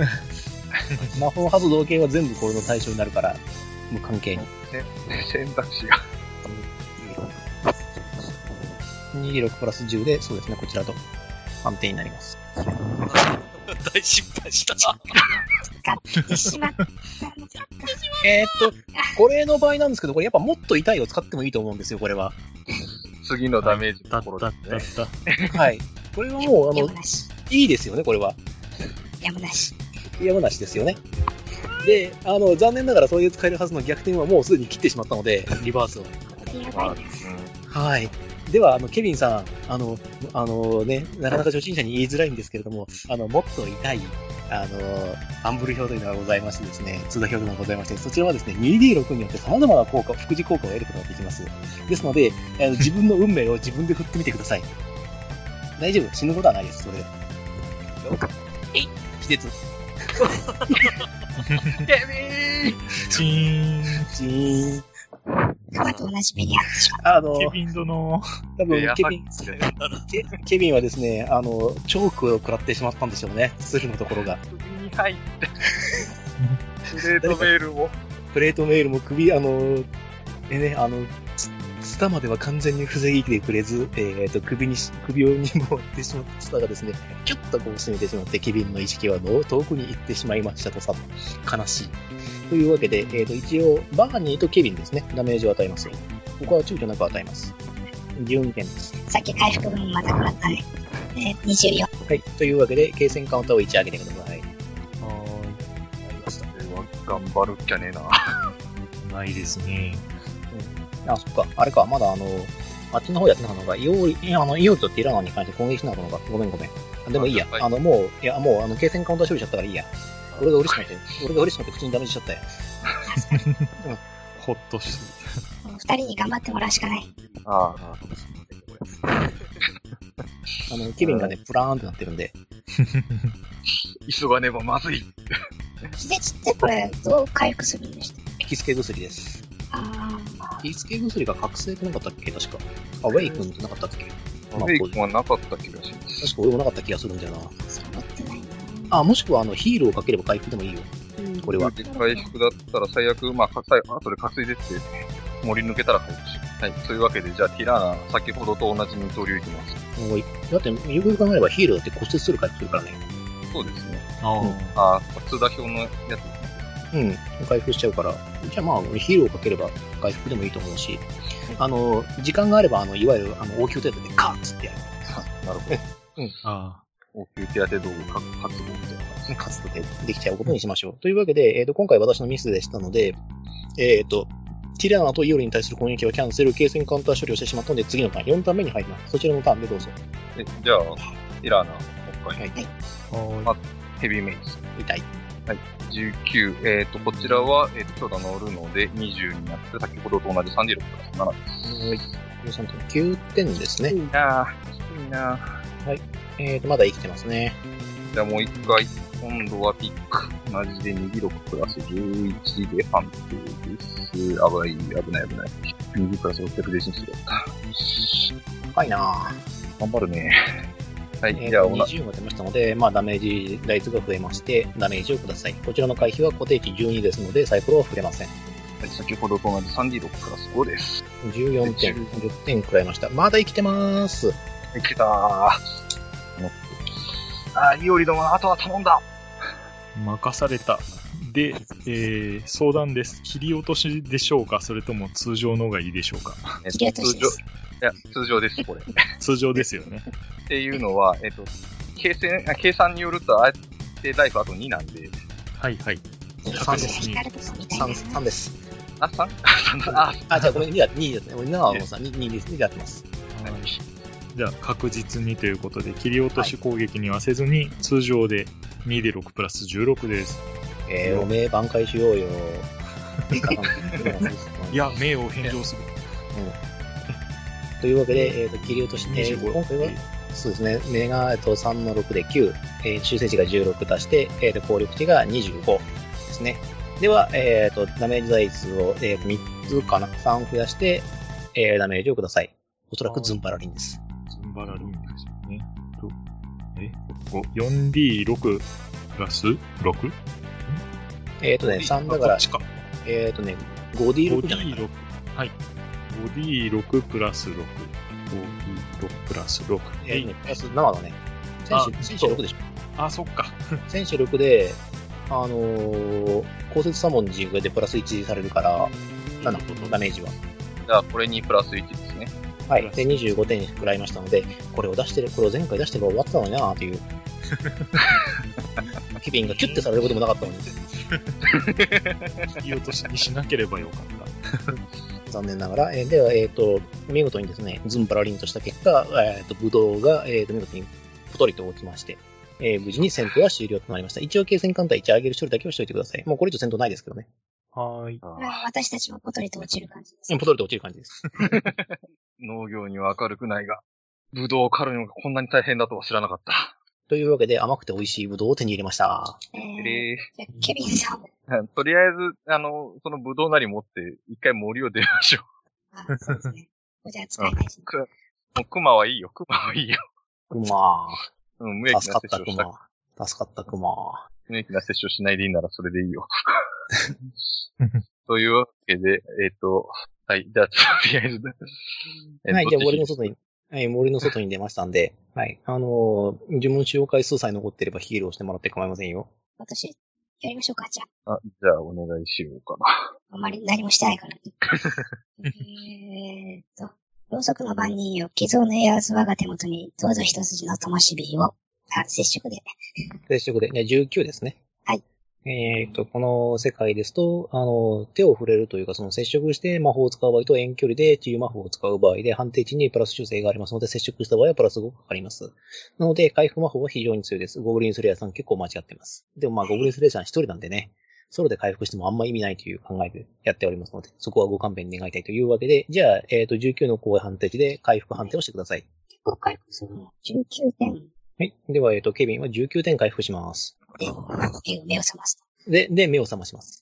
魔法発動系は全部これの対象になるから、無関係に。 選択肢が。 26プラス10で、そうですね、こちらと判定になります。 大失敗したな。 使ってしまった。 これの場合なんですけど、これやっぱもっと痛いを使ってもいいと思うんですよ、これは。 次のダメージのところですね。 はい。これはもう、いいですよね、これは。 やむなし。 やむなしですよね。で、残念ながらそういう使えるはずの逆転はもうすでに切ってしまったので、リバースを。はい。では、ケビンさん、ね、なかなか初心者に言いづらいんですけれども、もっと痛い、アンブル表というのがございましてですね、通打表というのがございまして、そちらはですね、2D6 によって様々な効果、副次効果を得ることができます。ですので、自分の運命を自分で振ってみてください。大丈夫、死ぬことはないです、それで。気絶。 ケビンチーン。 チーン。 熊と同じ目に遭ってしまった。 ケビン殿。 多分ケビンはですね、チョークを食らってしまったんでしょうね。鶴のところが。 首に入って。プレートメールも。 プレートメールも首、ツタまでは完全に防ぎきてくれず、首をにもってしまったツタがですね、キュッとこう締めてしまって、ケビンの意識は遠くに行ってしまいましたとさ、悲しい。というわけで、一応、バーニーとケビンですね、ダメージを与えますよ。ここは躊躇なく与えます。12点です。 さっき回復分またもらったね。24。 はい。というわけで、継戦カウンターを1上げてください。 なりました。これは頑張るっきゃねえな。 ないですね。 そっか。あれか。まだあっちの方やってなかったのが、イオリとティラノンに関して攻撃しなかったのが、ごめん。でもいいや。 はい、 もう、継戦カウンター処理しちゃったからいいや。俺が嬉しくなって口にダメージしちゃったよ。 ほっとして。 二人に頑張ってもらうしかない。 ケビンがね、プラーンってなってるんで。 急がねばまずい。 気絶ってこれ、どう回復するんでした？ 引きつけ薬です。引きつけ薬が覚醒ってなかったっけ確か。ウェイ君ってなかったっけウェイ君はなかった気がします。 確か俺もなかった気がするんだよな。 それ持ってないな。 もしくはヒールをかければ回復でもいいよ。これは。 回復だったら最悪、後で担いでって、森抜けたら回復しよう。はい。そういうわけで、じゃあティラーナ、先ほどと同じ二刀流いきます。 だって、よくよく考えればヒールだって骨折する回復するからね。 そうですね。通打表のやつですね。回復しちゃうから。じゃあヒールをかければ回復でもいいと思うし、時間があれば、いわゆる、応急手当でカーッつってやる。 なるほど。応急手当道具活動みたいな感じ。 活動でできちゃうことにしましょう。というわけで、今回私のミスでしたので、ティラーナとイオリに対する攻撃はキャンセル、継戦カウンター処理をしてしまったので、次のターン、4ターン目に入ります。そちらのターンでどうぞ。 じゃあ、ティラーナ、もう一回。 はい。 ヘビーメイズ。 痛い。 はい。19。こちらは、強打乗るので20になって、先ほどと同じ36プラス7です。 はい。9点ですね。 いいな。 はい。まだ生きてますね。 じゃあもう一回、今度はピック。同じで26プラス11で判定です。危ない。20プラス600で進出だった。 高いなぁ。頑張るね。はい、じゃあ 20が出ましたので、ダメージライツが増えまして、ダメージをください。こちらの回避は固定値12ですので、サイコロは触れません。 はい、先ほどと同じ 3D6 プラス5です。 14点、10点くらいました。まだ生きてまーす。 生きたー。イオリ殿の後は頼んだ。 任された。で、相談です。切り落としでしょうか、それとも通常のがいいでしょうか。 切り落としです。 いや、通常です、これ。 通常ですよね。 っていうのは、計算によると、あえてライフあと2なんで。 はい。 3です。3です。 あ、3? じゃあごめん、2ですね。俺7はもうさ、2です。2でやってます。 じゃあ確実にということで、切り落とし攻撃にはせずに、通常で2で6プラス16です。 おめえ挽回しようよ。 いや、命を返上する。 というわけで、切り落とし、今回は、そうですね、目が3の6で9、修正値が16足して、効力値が25ですね。では、ダメージダイスを、3つかな ?3 増やして、ダメージをください。おそらくズンバラリンです。 ズンバラリンですよね。4D6 プラス 6? 3だから、5D6 じゃないかな。 はい。5D6 プラス6。5D6 プラス6。 プラス7だね。戦士6でしょ。 あ、そっか。 戦士6で、降雪サモンジでプラス1されるから、7ダメージは。 じゃあ、これにプラス1ですね。 はい。で、25点食らいましたので、これを前回出してれば終わってたのになぁという。ケビンがキュッてされることもなかったのに。 切り落としにしなければよかった。 残念ながら。では、見事にですね、ズンパラリンとした結果、ブドウが、見事にポトリと落ちまして、無事に戦闘は終了となりました。一応、継戦艦隊1上げる処理だけをしておいてください。もうこれ以上戦闘ないですけどね。 はーい。 私たちもポトリと落ちる感じです。 ポトリと落ちる感じです。 農業には明るくないが、ブドウを狩るのがこんなに大変だとは知らなかった。 というわけで、甘くて美味しいブドウを手に入れました。 じゃケビンさん。 とりあえず、そのブドウなり持って、一回森を出ましょう。そうですね。じゃあ使いたいし、ね。 もうクマはいいよ。クマ。無益な摂取をした。 助かったクマ。 無益な摂取をしないでいいならそれでいいよ。というわけで、はい、じゃあ、とりあえず。 はい、じゃあ森の外に出ましたんで、はい。呪文使用回数さえ残ってればヒールをしてもらって構いませんよ。 私、やりましょうか、じゃあ。じゃあ、お願いしようかな。 あんまり何もしてないから。ろうそくの番人よ、寄贈のエアーズ我が手元に、どうぞ一筋の灯火を、接触で。 接触で、ね、19ですね。 はい。 この世界ですと、手を触れるというか、その接触して魔法を使う場合と遠距離で治癒魔法を使う場合で判定値にプラス修正がありますので、接触した場合はプラス5かかります。なので、回復魔法は非常に強いです。ゴブリンスレイヤーさん結構間違ってます。でもゴブリンスレイヤーさん一人なんでね、ソロで回復してもあんま意味ないという考えでやっておりますので、そこはご勘弁願いたいというわけで、じゃあ、19の公営判定値で回復判定をしてください。 回復するの19点。 はい。では、ケビンは19点回復します。 目を覚ます。 で、目を覚まします。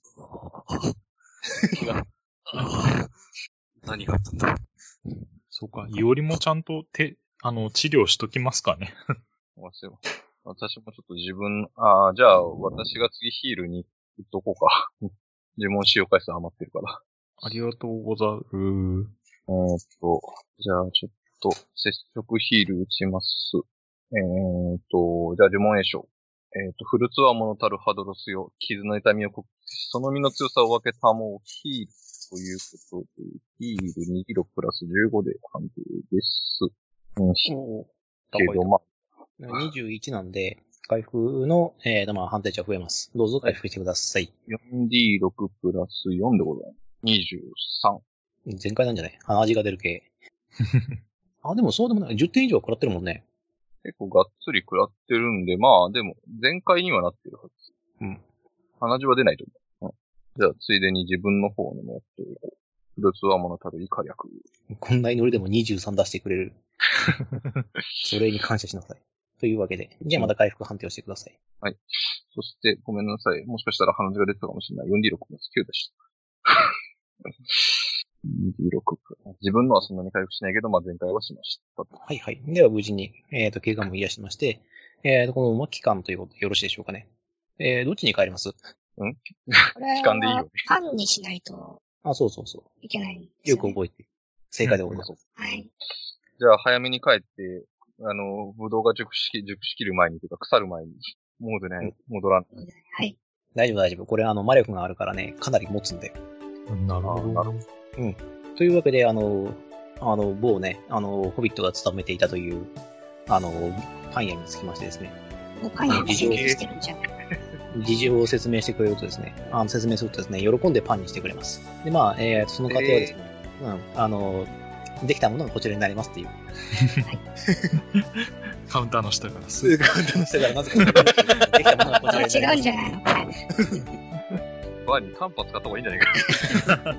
何があったんだ。 そうか、いおりもちゃんと治療しときますかね。 私もちょっと自分、じゃあ、私が次ヒールに打っとこうか。呪文使用回数余ってるから。 ありがとうござる。 じゃあ、ちょっと、接触ヒール打ちます。じゃあ、呪文詠唱。フルツワモノタルハドロスよ。傷の痛みを克服し、その身の強さを分けたもうヒールということで、ヒール2キロプラス15で判定です。けど、 21なんで、回復の、判定値は増えます。どうぞ回復してください。 4D6 プラス4でございます。23。 全開なんじゃない味が出る系。でもそうでもない。10点以上は食らってるもんね。 結構がっつり食らってるんで、でも、全開にはなってるはず。鼻血は出ないと思う。じゃあ、ついでに自分の方にもやっておこう。フルツワモノタルイカ略。 こんな祈りでも23出してくれる。それに感謝しなさい。というわけで、じゃあまた回復判定をしてください。 はい。そして、ごめんなさい。もしかしたら鼻血が出てたかもしれない。4D6 プラス9でした。2D6。自分のはそんなに回復しないけど、前回はしました。 はいはい。では無事に、怪我も癒しまして、この期間ということでよろしいでしょうかね。どっちに帰ります？ 期間でいいよね。 パンにしないと。 そう。 いけない、ね。 よく覚えて。正解でございます。 はい。 じゃあ早めに帰って、ブドウが熟しきる前にというか腐る前に、モードに戻らん。 はい。 大丈夫。これ魔力があるからね、かなり持つんで。 なるほど。 というわけで、某ね、ホビットが勤めていたという、パン屋につきましてですね。 パン屋にしてるんじゃん。 事情を説明してくれるとですね、説明するとですね、喜んでパンにしてくれます。で、まあ、その過程はですね、できたものがこちらになりますっていう。 カウンターの下からすぐ。 カウンターの下からまずこちらにできたものがこちらになります。 違うんじゃないのか。 バーにカンパ使った方がいいんじゃないか。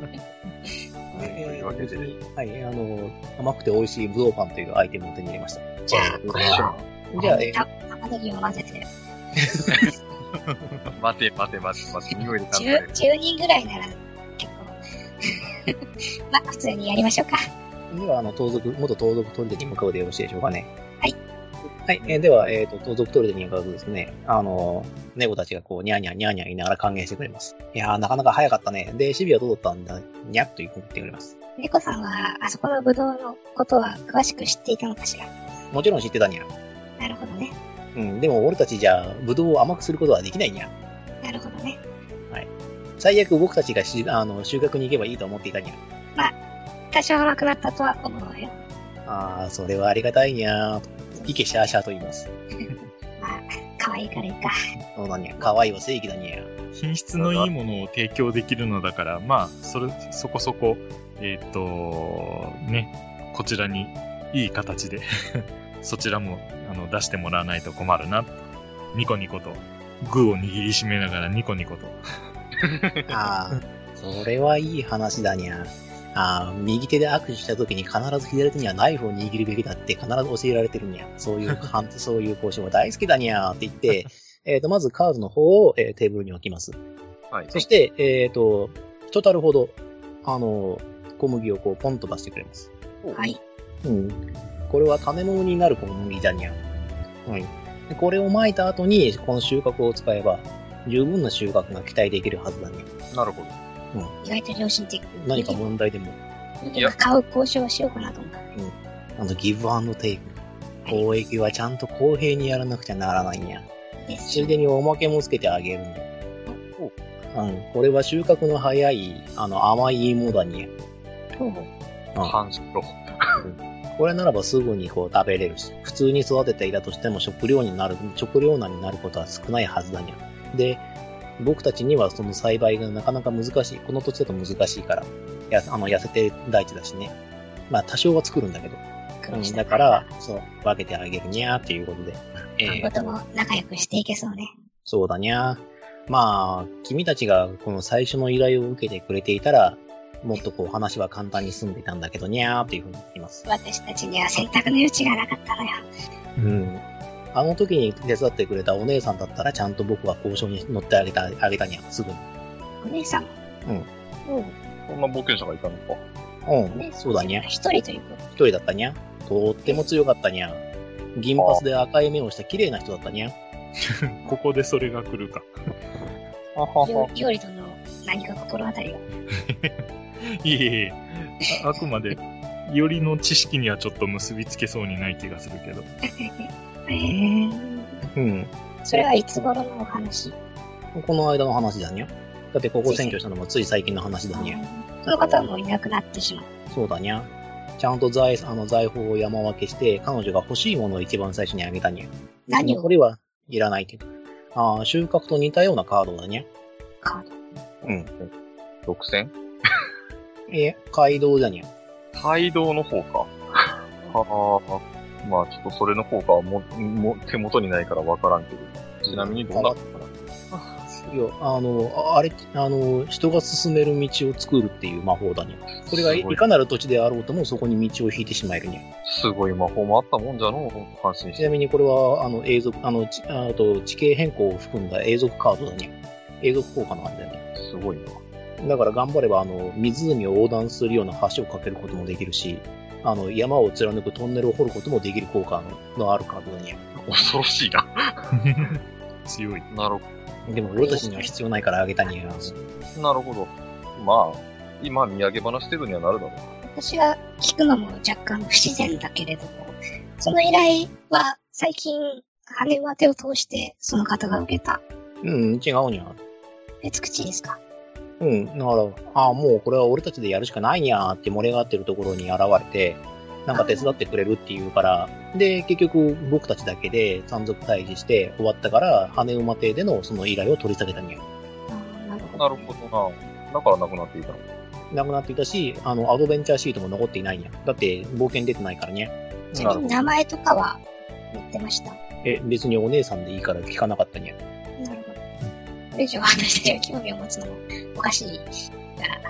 はい、甘くて美味しいブドウパンというアイテムを手に入れました。 じゃあ、 じゃあ、 玉ねぎを混ぜて。 待て、匂いで 10人ぐらいなら結構。まあ、普通にやりましょうか。 では、元盗賊砦に向かうでよろしいでしょうかね。 はい。 はい。では、盗賊砦に向かうとですね、猫たちがこう、ニャーニャー言いながら歓迎してくれます。いやー、なかなか早かったね。で、シビはどうだったんだにゃっというふうに言ってくれます。 猫さんは、あそこのブドウのことは詳しく知っていたのかしら？ もちろん知ってたにゃ。 なるほどね。 うん、でも俺たちじゃ、ブドウを甘くすることはできないにゃ。 なるほどね。 はい。最悪僕たちが収穫に行けばいいと思っていたにゃ。 まあ、多少甘くなったとは思うわよ。 ああ、それはありがたいにゃーと。イケシャーシャーと言います。 まあ、可愛いからいいか。 そうだにゃ。可愛いは正義だにゃ。 品質のいいものを提供できるのだから、まあ、そこそこ、ね、こちらにいい形で、そちらも、出してもらわないと困るな。ニコニコと、グーを握りしめながらニコニコと。 ああ、それはいい話だにゃ。右手で握手した時に必ず左手にはナイフを握るべきだって必ず教えられてるにゃ。そういう交渉は大好きだにゃって言って、まずカードの方を、テーブルに置きます。 はい。 そして、一たるほど、小麦をこうポンと出してくれます。 はい。 うん。これは種ものになる小麦だにゃ。はい。でこれを撒いた後に、この収穫を使えば、十分な収穫が期待できるはずだにゃ。 なるほど。 意外と良心的。 何か問題でも。 今買う交渉をしようかなと思った。 ギブアンドテイク。交易はちゃんと公平にやらなくちゃならないんや。ついでにおまけもつけてあげるんだ。これは収穫の早い、甘い芋だにゃ。 半熟と。 これならばすぐにこう食べれるし、普通に育てていたとしても食糧難になることは少ないはずだにゃ。で、僕たちにはその栽培がなかなか難しい。この土地だと難しいから。痩せてる大地だしね。まあ多少は作るんだけど。だから、そう、分けてあげるにゃーっていうことで。 今後とも仲良くしていけそうね。 そうだにゃー。まあ、君たちがこの最初の依頼を受けてくれていたら、もっとこう話は簡単に済んでいたんだけどにゃーっていうふうに言います。 私たちには選択の余地がなかったのよ。 うん。あの時に手伝ってくれたお姉さんだったらちゃんと僕は交渉に乗ってあげたにゃ、すぐに。 お姉さん？ そんな冒険者がいたのか。 そうだにゃ。 一人ということ。 一人だったにゃ。とっても強かったにゃ。銀髪で赤い目をした綺麗な人だったにゃ。 ここでそれが来るか。 料理との何か心当たりが。 いえ、あくまで、よりの知識にはちょっと結びつけそうにない気がするけど。 それはいつ頃のお話？ この間の話だにゃ。だってここ占拠したのもつい最近の話だにゃ。 その方はもういなくなってしまう。 そうだにゃ。ちゃんと財宝を山分けして、彼女が欲しいものを一番最初にあげたにゃ。 何を？ これはいらないけど。収穫と似たようなカードだにゃ。 カード？ 独占？ 街道だにゃ。 街道の方か。まあちょっとそれの方かは手元にないからわからんけど。ちなみにどんな？ いや、人が進める道を作るっていう魔法だにゃ。これがいかなる土地であろうともそこに道を引いてしまえるにゃ。 すごい魔法もあったもんじゃのう、感心して。 ちなみにこれは、地形変更を含んだ永続カードだにゃ。永続効果のあれだよね。 すごいな。 だから頑張れば、湖を横断するような橋を架けることもできるし、山を貫くトンネルを掘ることもできる効果のあるカードだにゃ。 恐ろしいな。 強い。 なるほど。 でも俺たちには必要ないからあげたにゃ。 なるほど。まあ、今土産話してるにはなるだろう。 私は聞くのも若干不自然だけれども、その依頼は最近、羽は手を通してその方が受けた。 違うにゃ。 別口ですか？ だから、もうこれは俺たちでやるしかないにゃーって盛り上がってるところに現れて、 なんか手伝ってくれるっていうから、で、結局僕たちだけで山賊退治して終わったから、羽馬邸でのその依頼を取り下げたんや。 なるほどな。だからなくなっていたの。 なくなっていたし、アドベンチャーシートも残っていないんや。だって、冒険出てないからね。 ちなみに名前とかは載ってました？ 別にお姉さんでいいから聞かなかったんや。 なるほど。これ以上私たちが興味を持つのもおかしいから、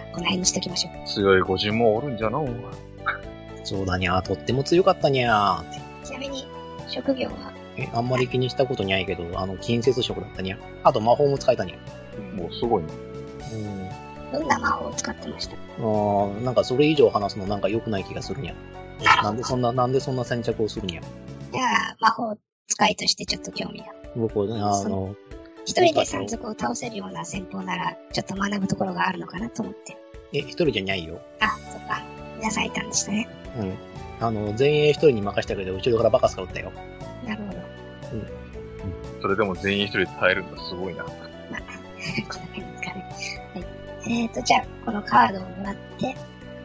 この辺にしときましょう。 強い御人もおるんじゃのう。 そうだにゃ、とっても強かったにゃ。 ちなみに、職業は？ あんまり気にしたことにゃいけど、近接職だったにゃ。あと魔法も使えたにゃ。 もうすごいね。 どんな魔法を使ってました？ なんかそれ以上話すのなんか良くない気がするにゃ。なんでそんな先着をするにゃ。 じゃあ、魔法使いとしてちょっと興味が。 僕、 一人で山賊を倒せるような戦法なら、ちょっと学ぶところがあるのかなと思って。 一人じゃないよ。 あ、そっか。皆さんいたんでしたね。 前衛一人に任せたけど、後ろからバカスカ打ったよ。 なるほど。 それでも全員一人で耐えるんだ、すごいな。 まあ、こんな感じですかね。はい。じゃあ、このカードをもらって、はい。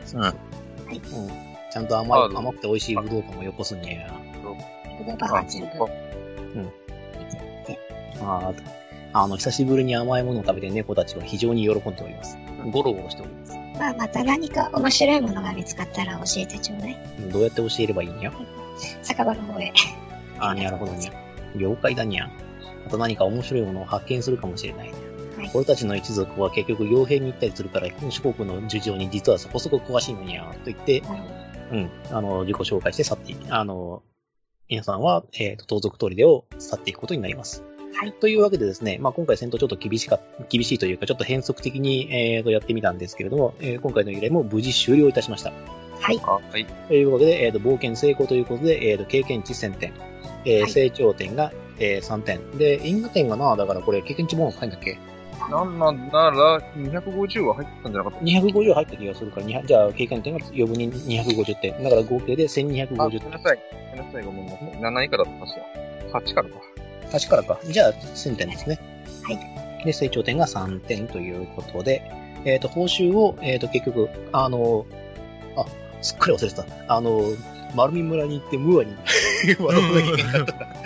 ちゃんと甘くて美味しいブドウパンもよこすんねや。 ブドウパンは全部。 久しぶりに甘いものを食べて猫たちは非常に喜んでおります。ゴロゴロしております。 まあ、また何か面白いものが見つかったら教えてちょうだい。 どうやって教えればいいんや？ 酒場の方へ。 なるほどにゃ。了解だにゃ。また何か面白いものを発見するかもしれないにゃ。はい、俺たちの一族は結局傭兵に行ったりするから、四国の事情に実はそこそこ詳しいのにゃ、と言って、自己紹介して去っていく。皆さんは、盗賊砦を去っていくことになります。はい。というわけでですね、今回戦闘ちょっと厳しいというか、ちょっと変則的に、やってみたんですけれども、今回の依頼も無事終了いたしました。 はい。 はい。 というわけで、冒険成功ということで、経験値1000点、成長点が、3点。で、因果点がだからこれ経験値ボーナス入んだっけ？ なんなら、250は入ってたんじゃなかった ?250 は入った気がするから、じゃあ経験点が余分に250点。だから合計で1250点。 ごめんなさい、ごめんなさい。7以下だったかしら。8からか。8 からか。じゃあ1000点ですね。はい。で、成長点が3点ということで、報酬を、結局、すっかり忘れてた。丸見村に行ってムーアに渡さなきゃいけなかったから。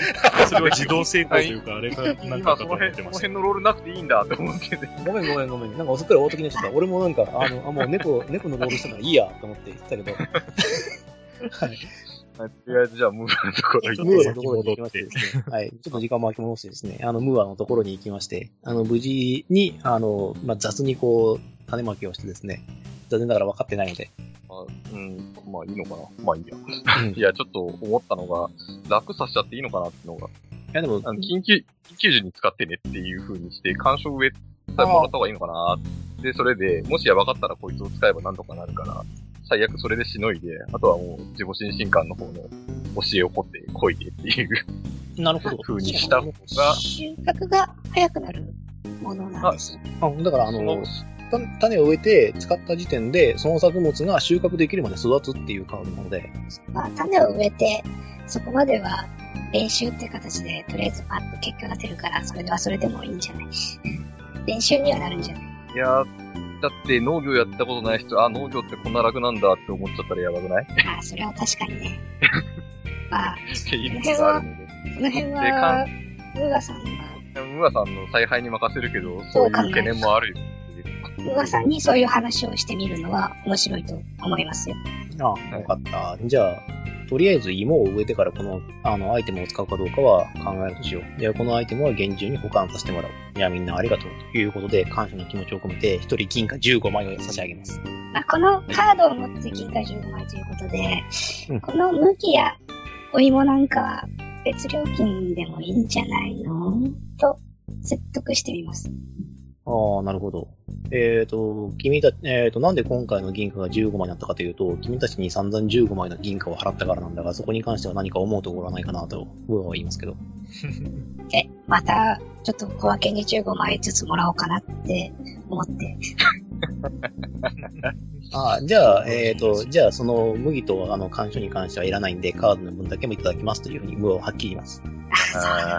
それは自動成功というか、あれがなんか今その辺のロールなくていいんだって思ってて。 ごめん。なんかすっかり大時になっちゃった。俺もなんか、もう猫のロールしたからいいやと思って言ってたけど。はい。 とりあえずじゃあムーアのところに行きましてですね。はい。ちょっと時間巻き戻してですね、ムーアのところに行きまして、無事に、雑に種まきをしてですね、残念ながら分かってないので。 まあいいのかな。まあいいや。いや、ちょっと思ったのが、楽させちゃっていいのかなってのが。いやでも、 緊急時に使ってねっていう風にして、干渉植えさえもらった方がいいのかな。で、それで、もしや分かったらこいつを使えばなんとかなるから、最悪それでしのいで、あとはもう自己心身感の方の教えを掘ってこいでっていう。 なるほど。 風にした方が。 収穫が早くなるものなんですよ。 だから種を植えて使った時点で、その作物が収穫できるまで育つっていうカードなので。 種を植えて、そこまでは練習っていう形で、とりあえずパッと結果が出るから、それではそれでもいいんじゃない？練習にはなるんじゃない？ いやだって農業やったことない人、農業ってこんな楽なんだって思っちゃったらやばくない？ それは確かにね。 っていうのがあるので。 その辺は、ムーアさんの采配に任せるけど、そういう懸念もあるよ。 ムーアさんにそういう話をしてみるのは面白いと思いますよ。 よかった。じゃあ、とりあえず芋を植えてからこの、アイテムを使うかどうかは考えるとしよう。じゃあ、このアイテムは厳重に保管させてもらおう。いや、みんなありがとうということで、感謝の気持ちを込めて、一人銀貨15枚を差し上げます。 このカードを持って銀貨15枚ということで、この麦やお芋なんかは別料金でもいいんじゃないのと説得してみます。 なるほど。君たち、なんで今回の銀貨が15枚になったかというと、君たちに散々15枚の銀貨を払ったからなんだが、そこに関しては何か思うところはないかなと、僕は言いますけど。 また、ちょっと小分けに15枚ずつもらおうかなって思って。 じゃあ、その麦と干渉に関してはいらないんで、カードの分だけもいただきますというふうに、ムーをはっきり言います。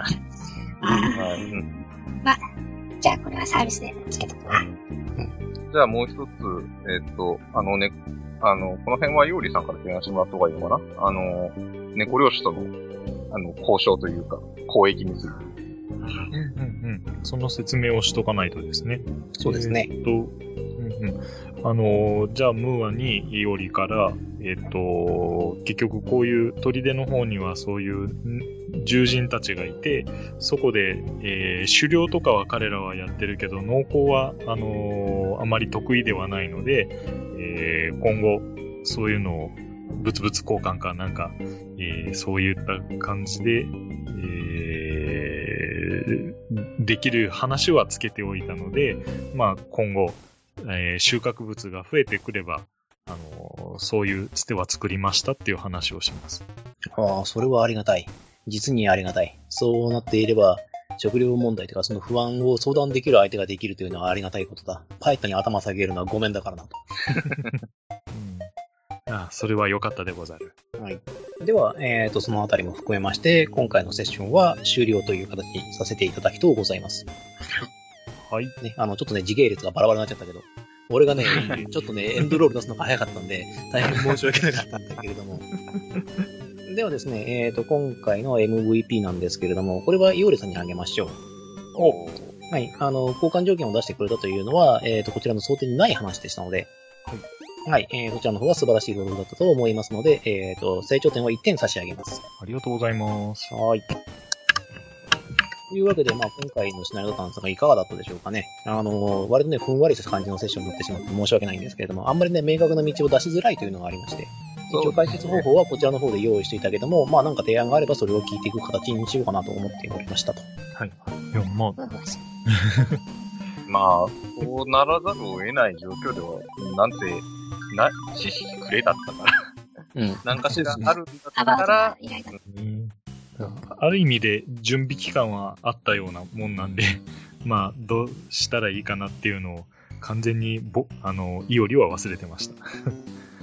じゃあこれはサービスでつけとくわ。 じゃあもう一つ、この辺はヨーリさんから提案してもらった方がいいのかな？猫漁師との、交渉というか、交易にする。 その説明をしとかないとですね。 そうですね。 じゃあ、ムーアにイオリから、結局こういう砦の方にはそういう獣人たちがいて、そこで、狩猟とかは彼らはやってるけど、農耕は、あまり得意ではないので、今後、そういうのを、物々交換かなんか、そういった感じで、できる話はつけておいたので、まあ今後、収穫物が増えてくれば、そういうつては作りましたっていう話をします。 ああ、それはありがたい。実にありがたい。そうなっていれば、食料問題とかその不安を相談できる相手ができるというのはありがたいことだ。パイタに頭下げるのはごめんだからなと。 ああ、それは良かったでござる。 はい。では、そのあたりも含めまして、今回のセッションは終了という形にさせていただきとうございます。 はい。 ね、ちょっとね、時系列がバラバラになっちゃったけど、俺がね、ちょっとね、エンドロール出すのが早かったんで、大変申し訳なかったんだけれども。ではですね、今回の MVP なんですけれども、これはイオレさんにあげましょう。はい。交換条件を出してくれたというのは、こちらの想定にない話でしたので、はい。こちらの方は素晴らしいロールだったと思いますので、成長点は1点差し上げます。 ありがとうございます。 はい。というわけで、まあ、今回のシナリオ探査がいかがだったでしょうかね。割とね、ふんわりした感じのセッションになってしまって申し訳ないんですけれども、あんまりね、明確な道を出しづらいというのがありまして、一応解説方法はこちらの方で用意していたけども、まあ、なんか提案があればそれを聞いていく形にしようかなと思っておりましたと。 はい。いや、まあ、 まあ、そうならざるを得ない状況では、なんて、知識くれだったから。うん。なんかしらあるんだったら、 ある意味で準備期間はあったようなもんなんで、まあ、どうしたらいいかなっていうのを完全にイオリは忘れてました。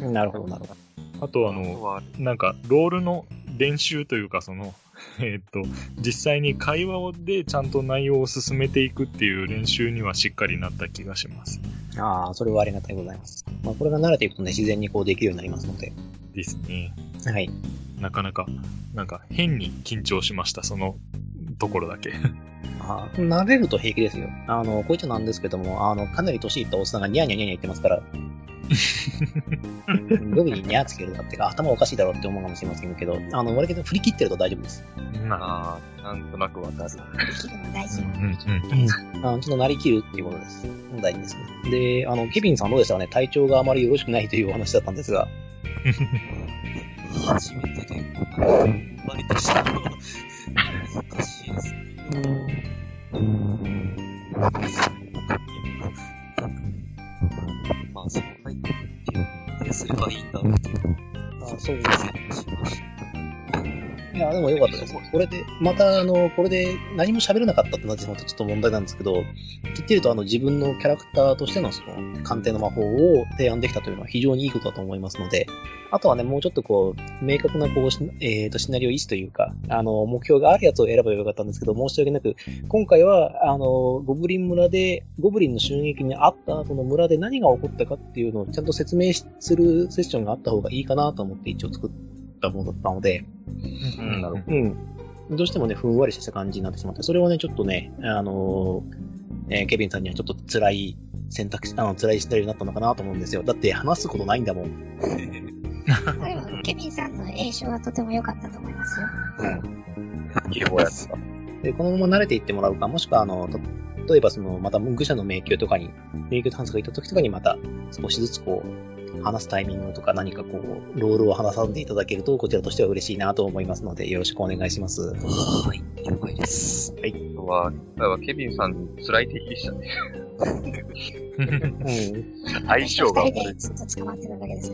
なるほど、なるほど。 あとなんか、ロールの練習というか、実際に会話でちゃんと内容を進めていくっていう練習にはしっかりなった気がします。 ああ、それはありがたいございます。まあ、これが慣れていくとね、自然にこうできるようになりますので。 ですね。 はい。 なかなか、なんか変に緊張しました、そのところだけ。 慣れると平気ですよ。こういっちゃなんですけども、かなり年いったおっさんがニャーニャーニャーニャー言ってますから。語尾にニャーつけるとかってか、頭おかしいだろうって思うかもしれませんけど、割と振り切ってると大丈夫です。 なんとなくわかる。 振り切るの大事。 ちょっとなりきるっていうことです。大事ですね。で、ケビンさんどうでしたかね？体調があまりよろしくないというお話だったんですが。 初めてで、割としたのは難しいですね。まあ、そう入ってっていうのすればいいんだろうという。 そうですね。いや、でもよかったです。これで、またこれで何も喋れなかったってなってしまうとちょっと問題なんですけど、きっちりと自分のキャラクターとしてのその鑑定の魔法を提案できたというのは非常にいいことだと思いますので、あとはね、もうちょっと明確なシナリオ意思というか、目標があるやつを選べばよかったんですけど、申し訳なく、今回は、ゴブリン村で、ゴブリンの襲撃にあった後の村で何が起こったかっていうのをちゃんと説明するセッションがあった方がいいかなと思って一応作ったものだったので、 なるほど。どうしてもね、ふんわりした感じになってしまって、それはね、ちょっとね、ケビンさんにはちょっと辛い選択肢、辛いシナリオになったのかなと思うんですよ。だって話すことないんだもん。 ケビンさんの詠唱はとても良かったと思いますよ。 いい方やった。 で、このまま慣れていってもらうか、もしくは例えばまた愚者の迷宮とかに、迷宮探索が行った時とかにまた少しずつ話すタイミングとか何かロールを話させていただけると、こちらとしては嬉しいなと思いますので、よろしくお願いします。 はい、了解です。 はい。 ケビンさん、辛い敵でしたね。 相性が。二人でずっと捕まってるだけですから。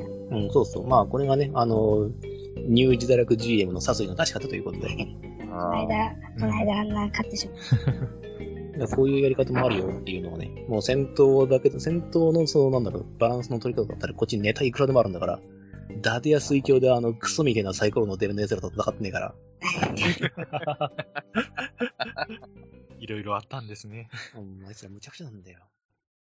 そうそう。まあ、これがね、ニュー自堕落 GM の殺意の出し方ということで。この間あんな勝ってしまう。こういうやり方もあるよっていうのをね、もう戦闘のバランスの取り方だったらこっちにネタいくらでもあるんだから、ダテや水郷でクソみたいなサイコロの出るのやつらと戦ってねえから。 いろいろあったんですね。 あいつらむちゃくちゃなんだよ。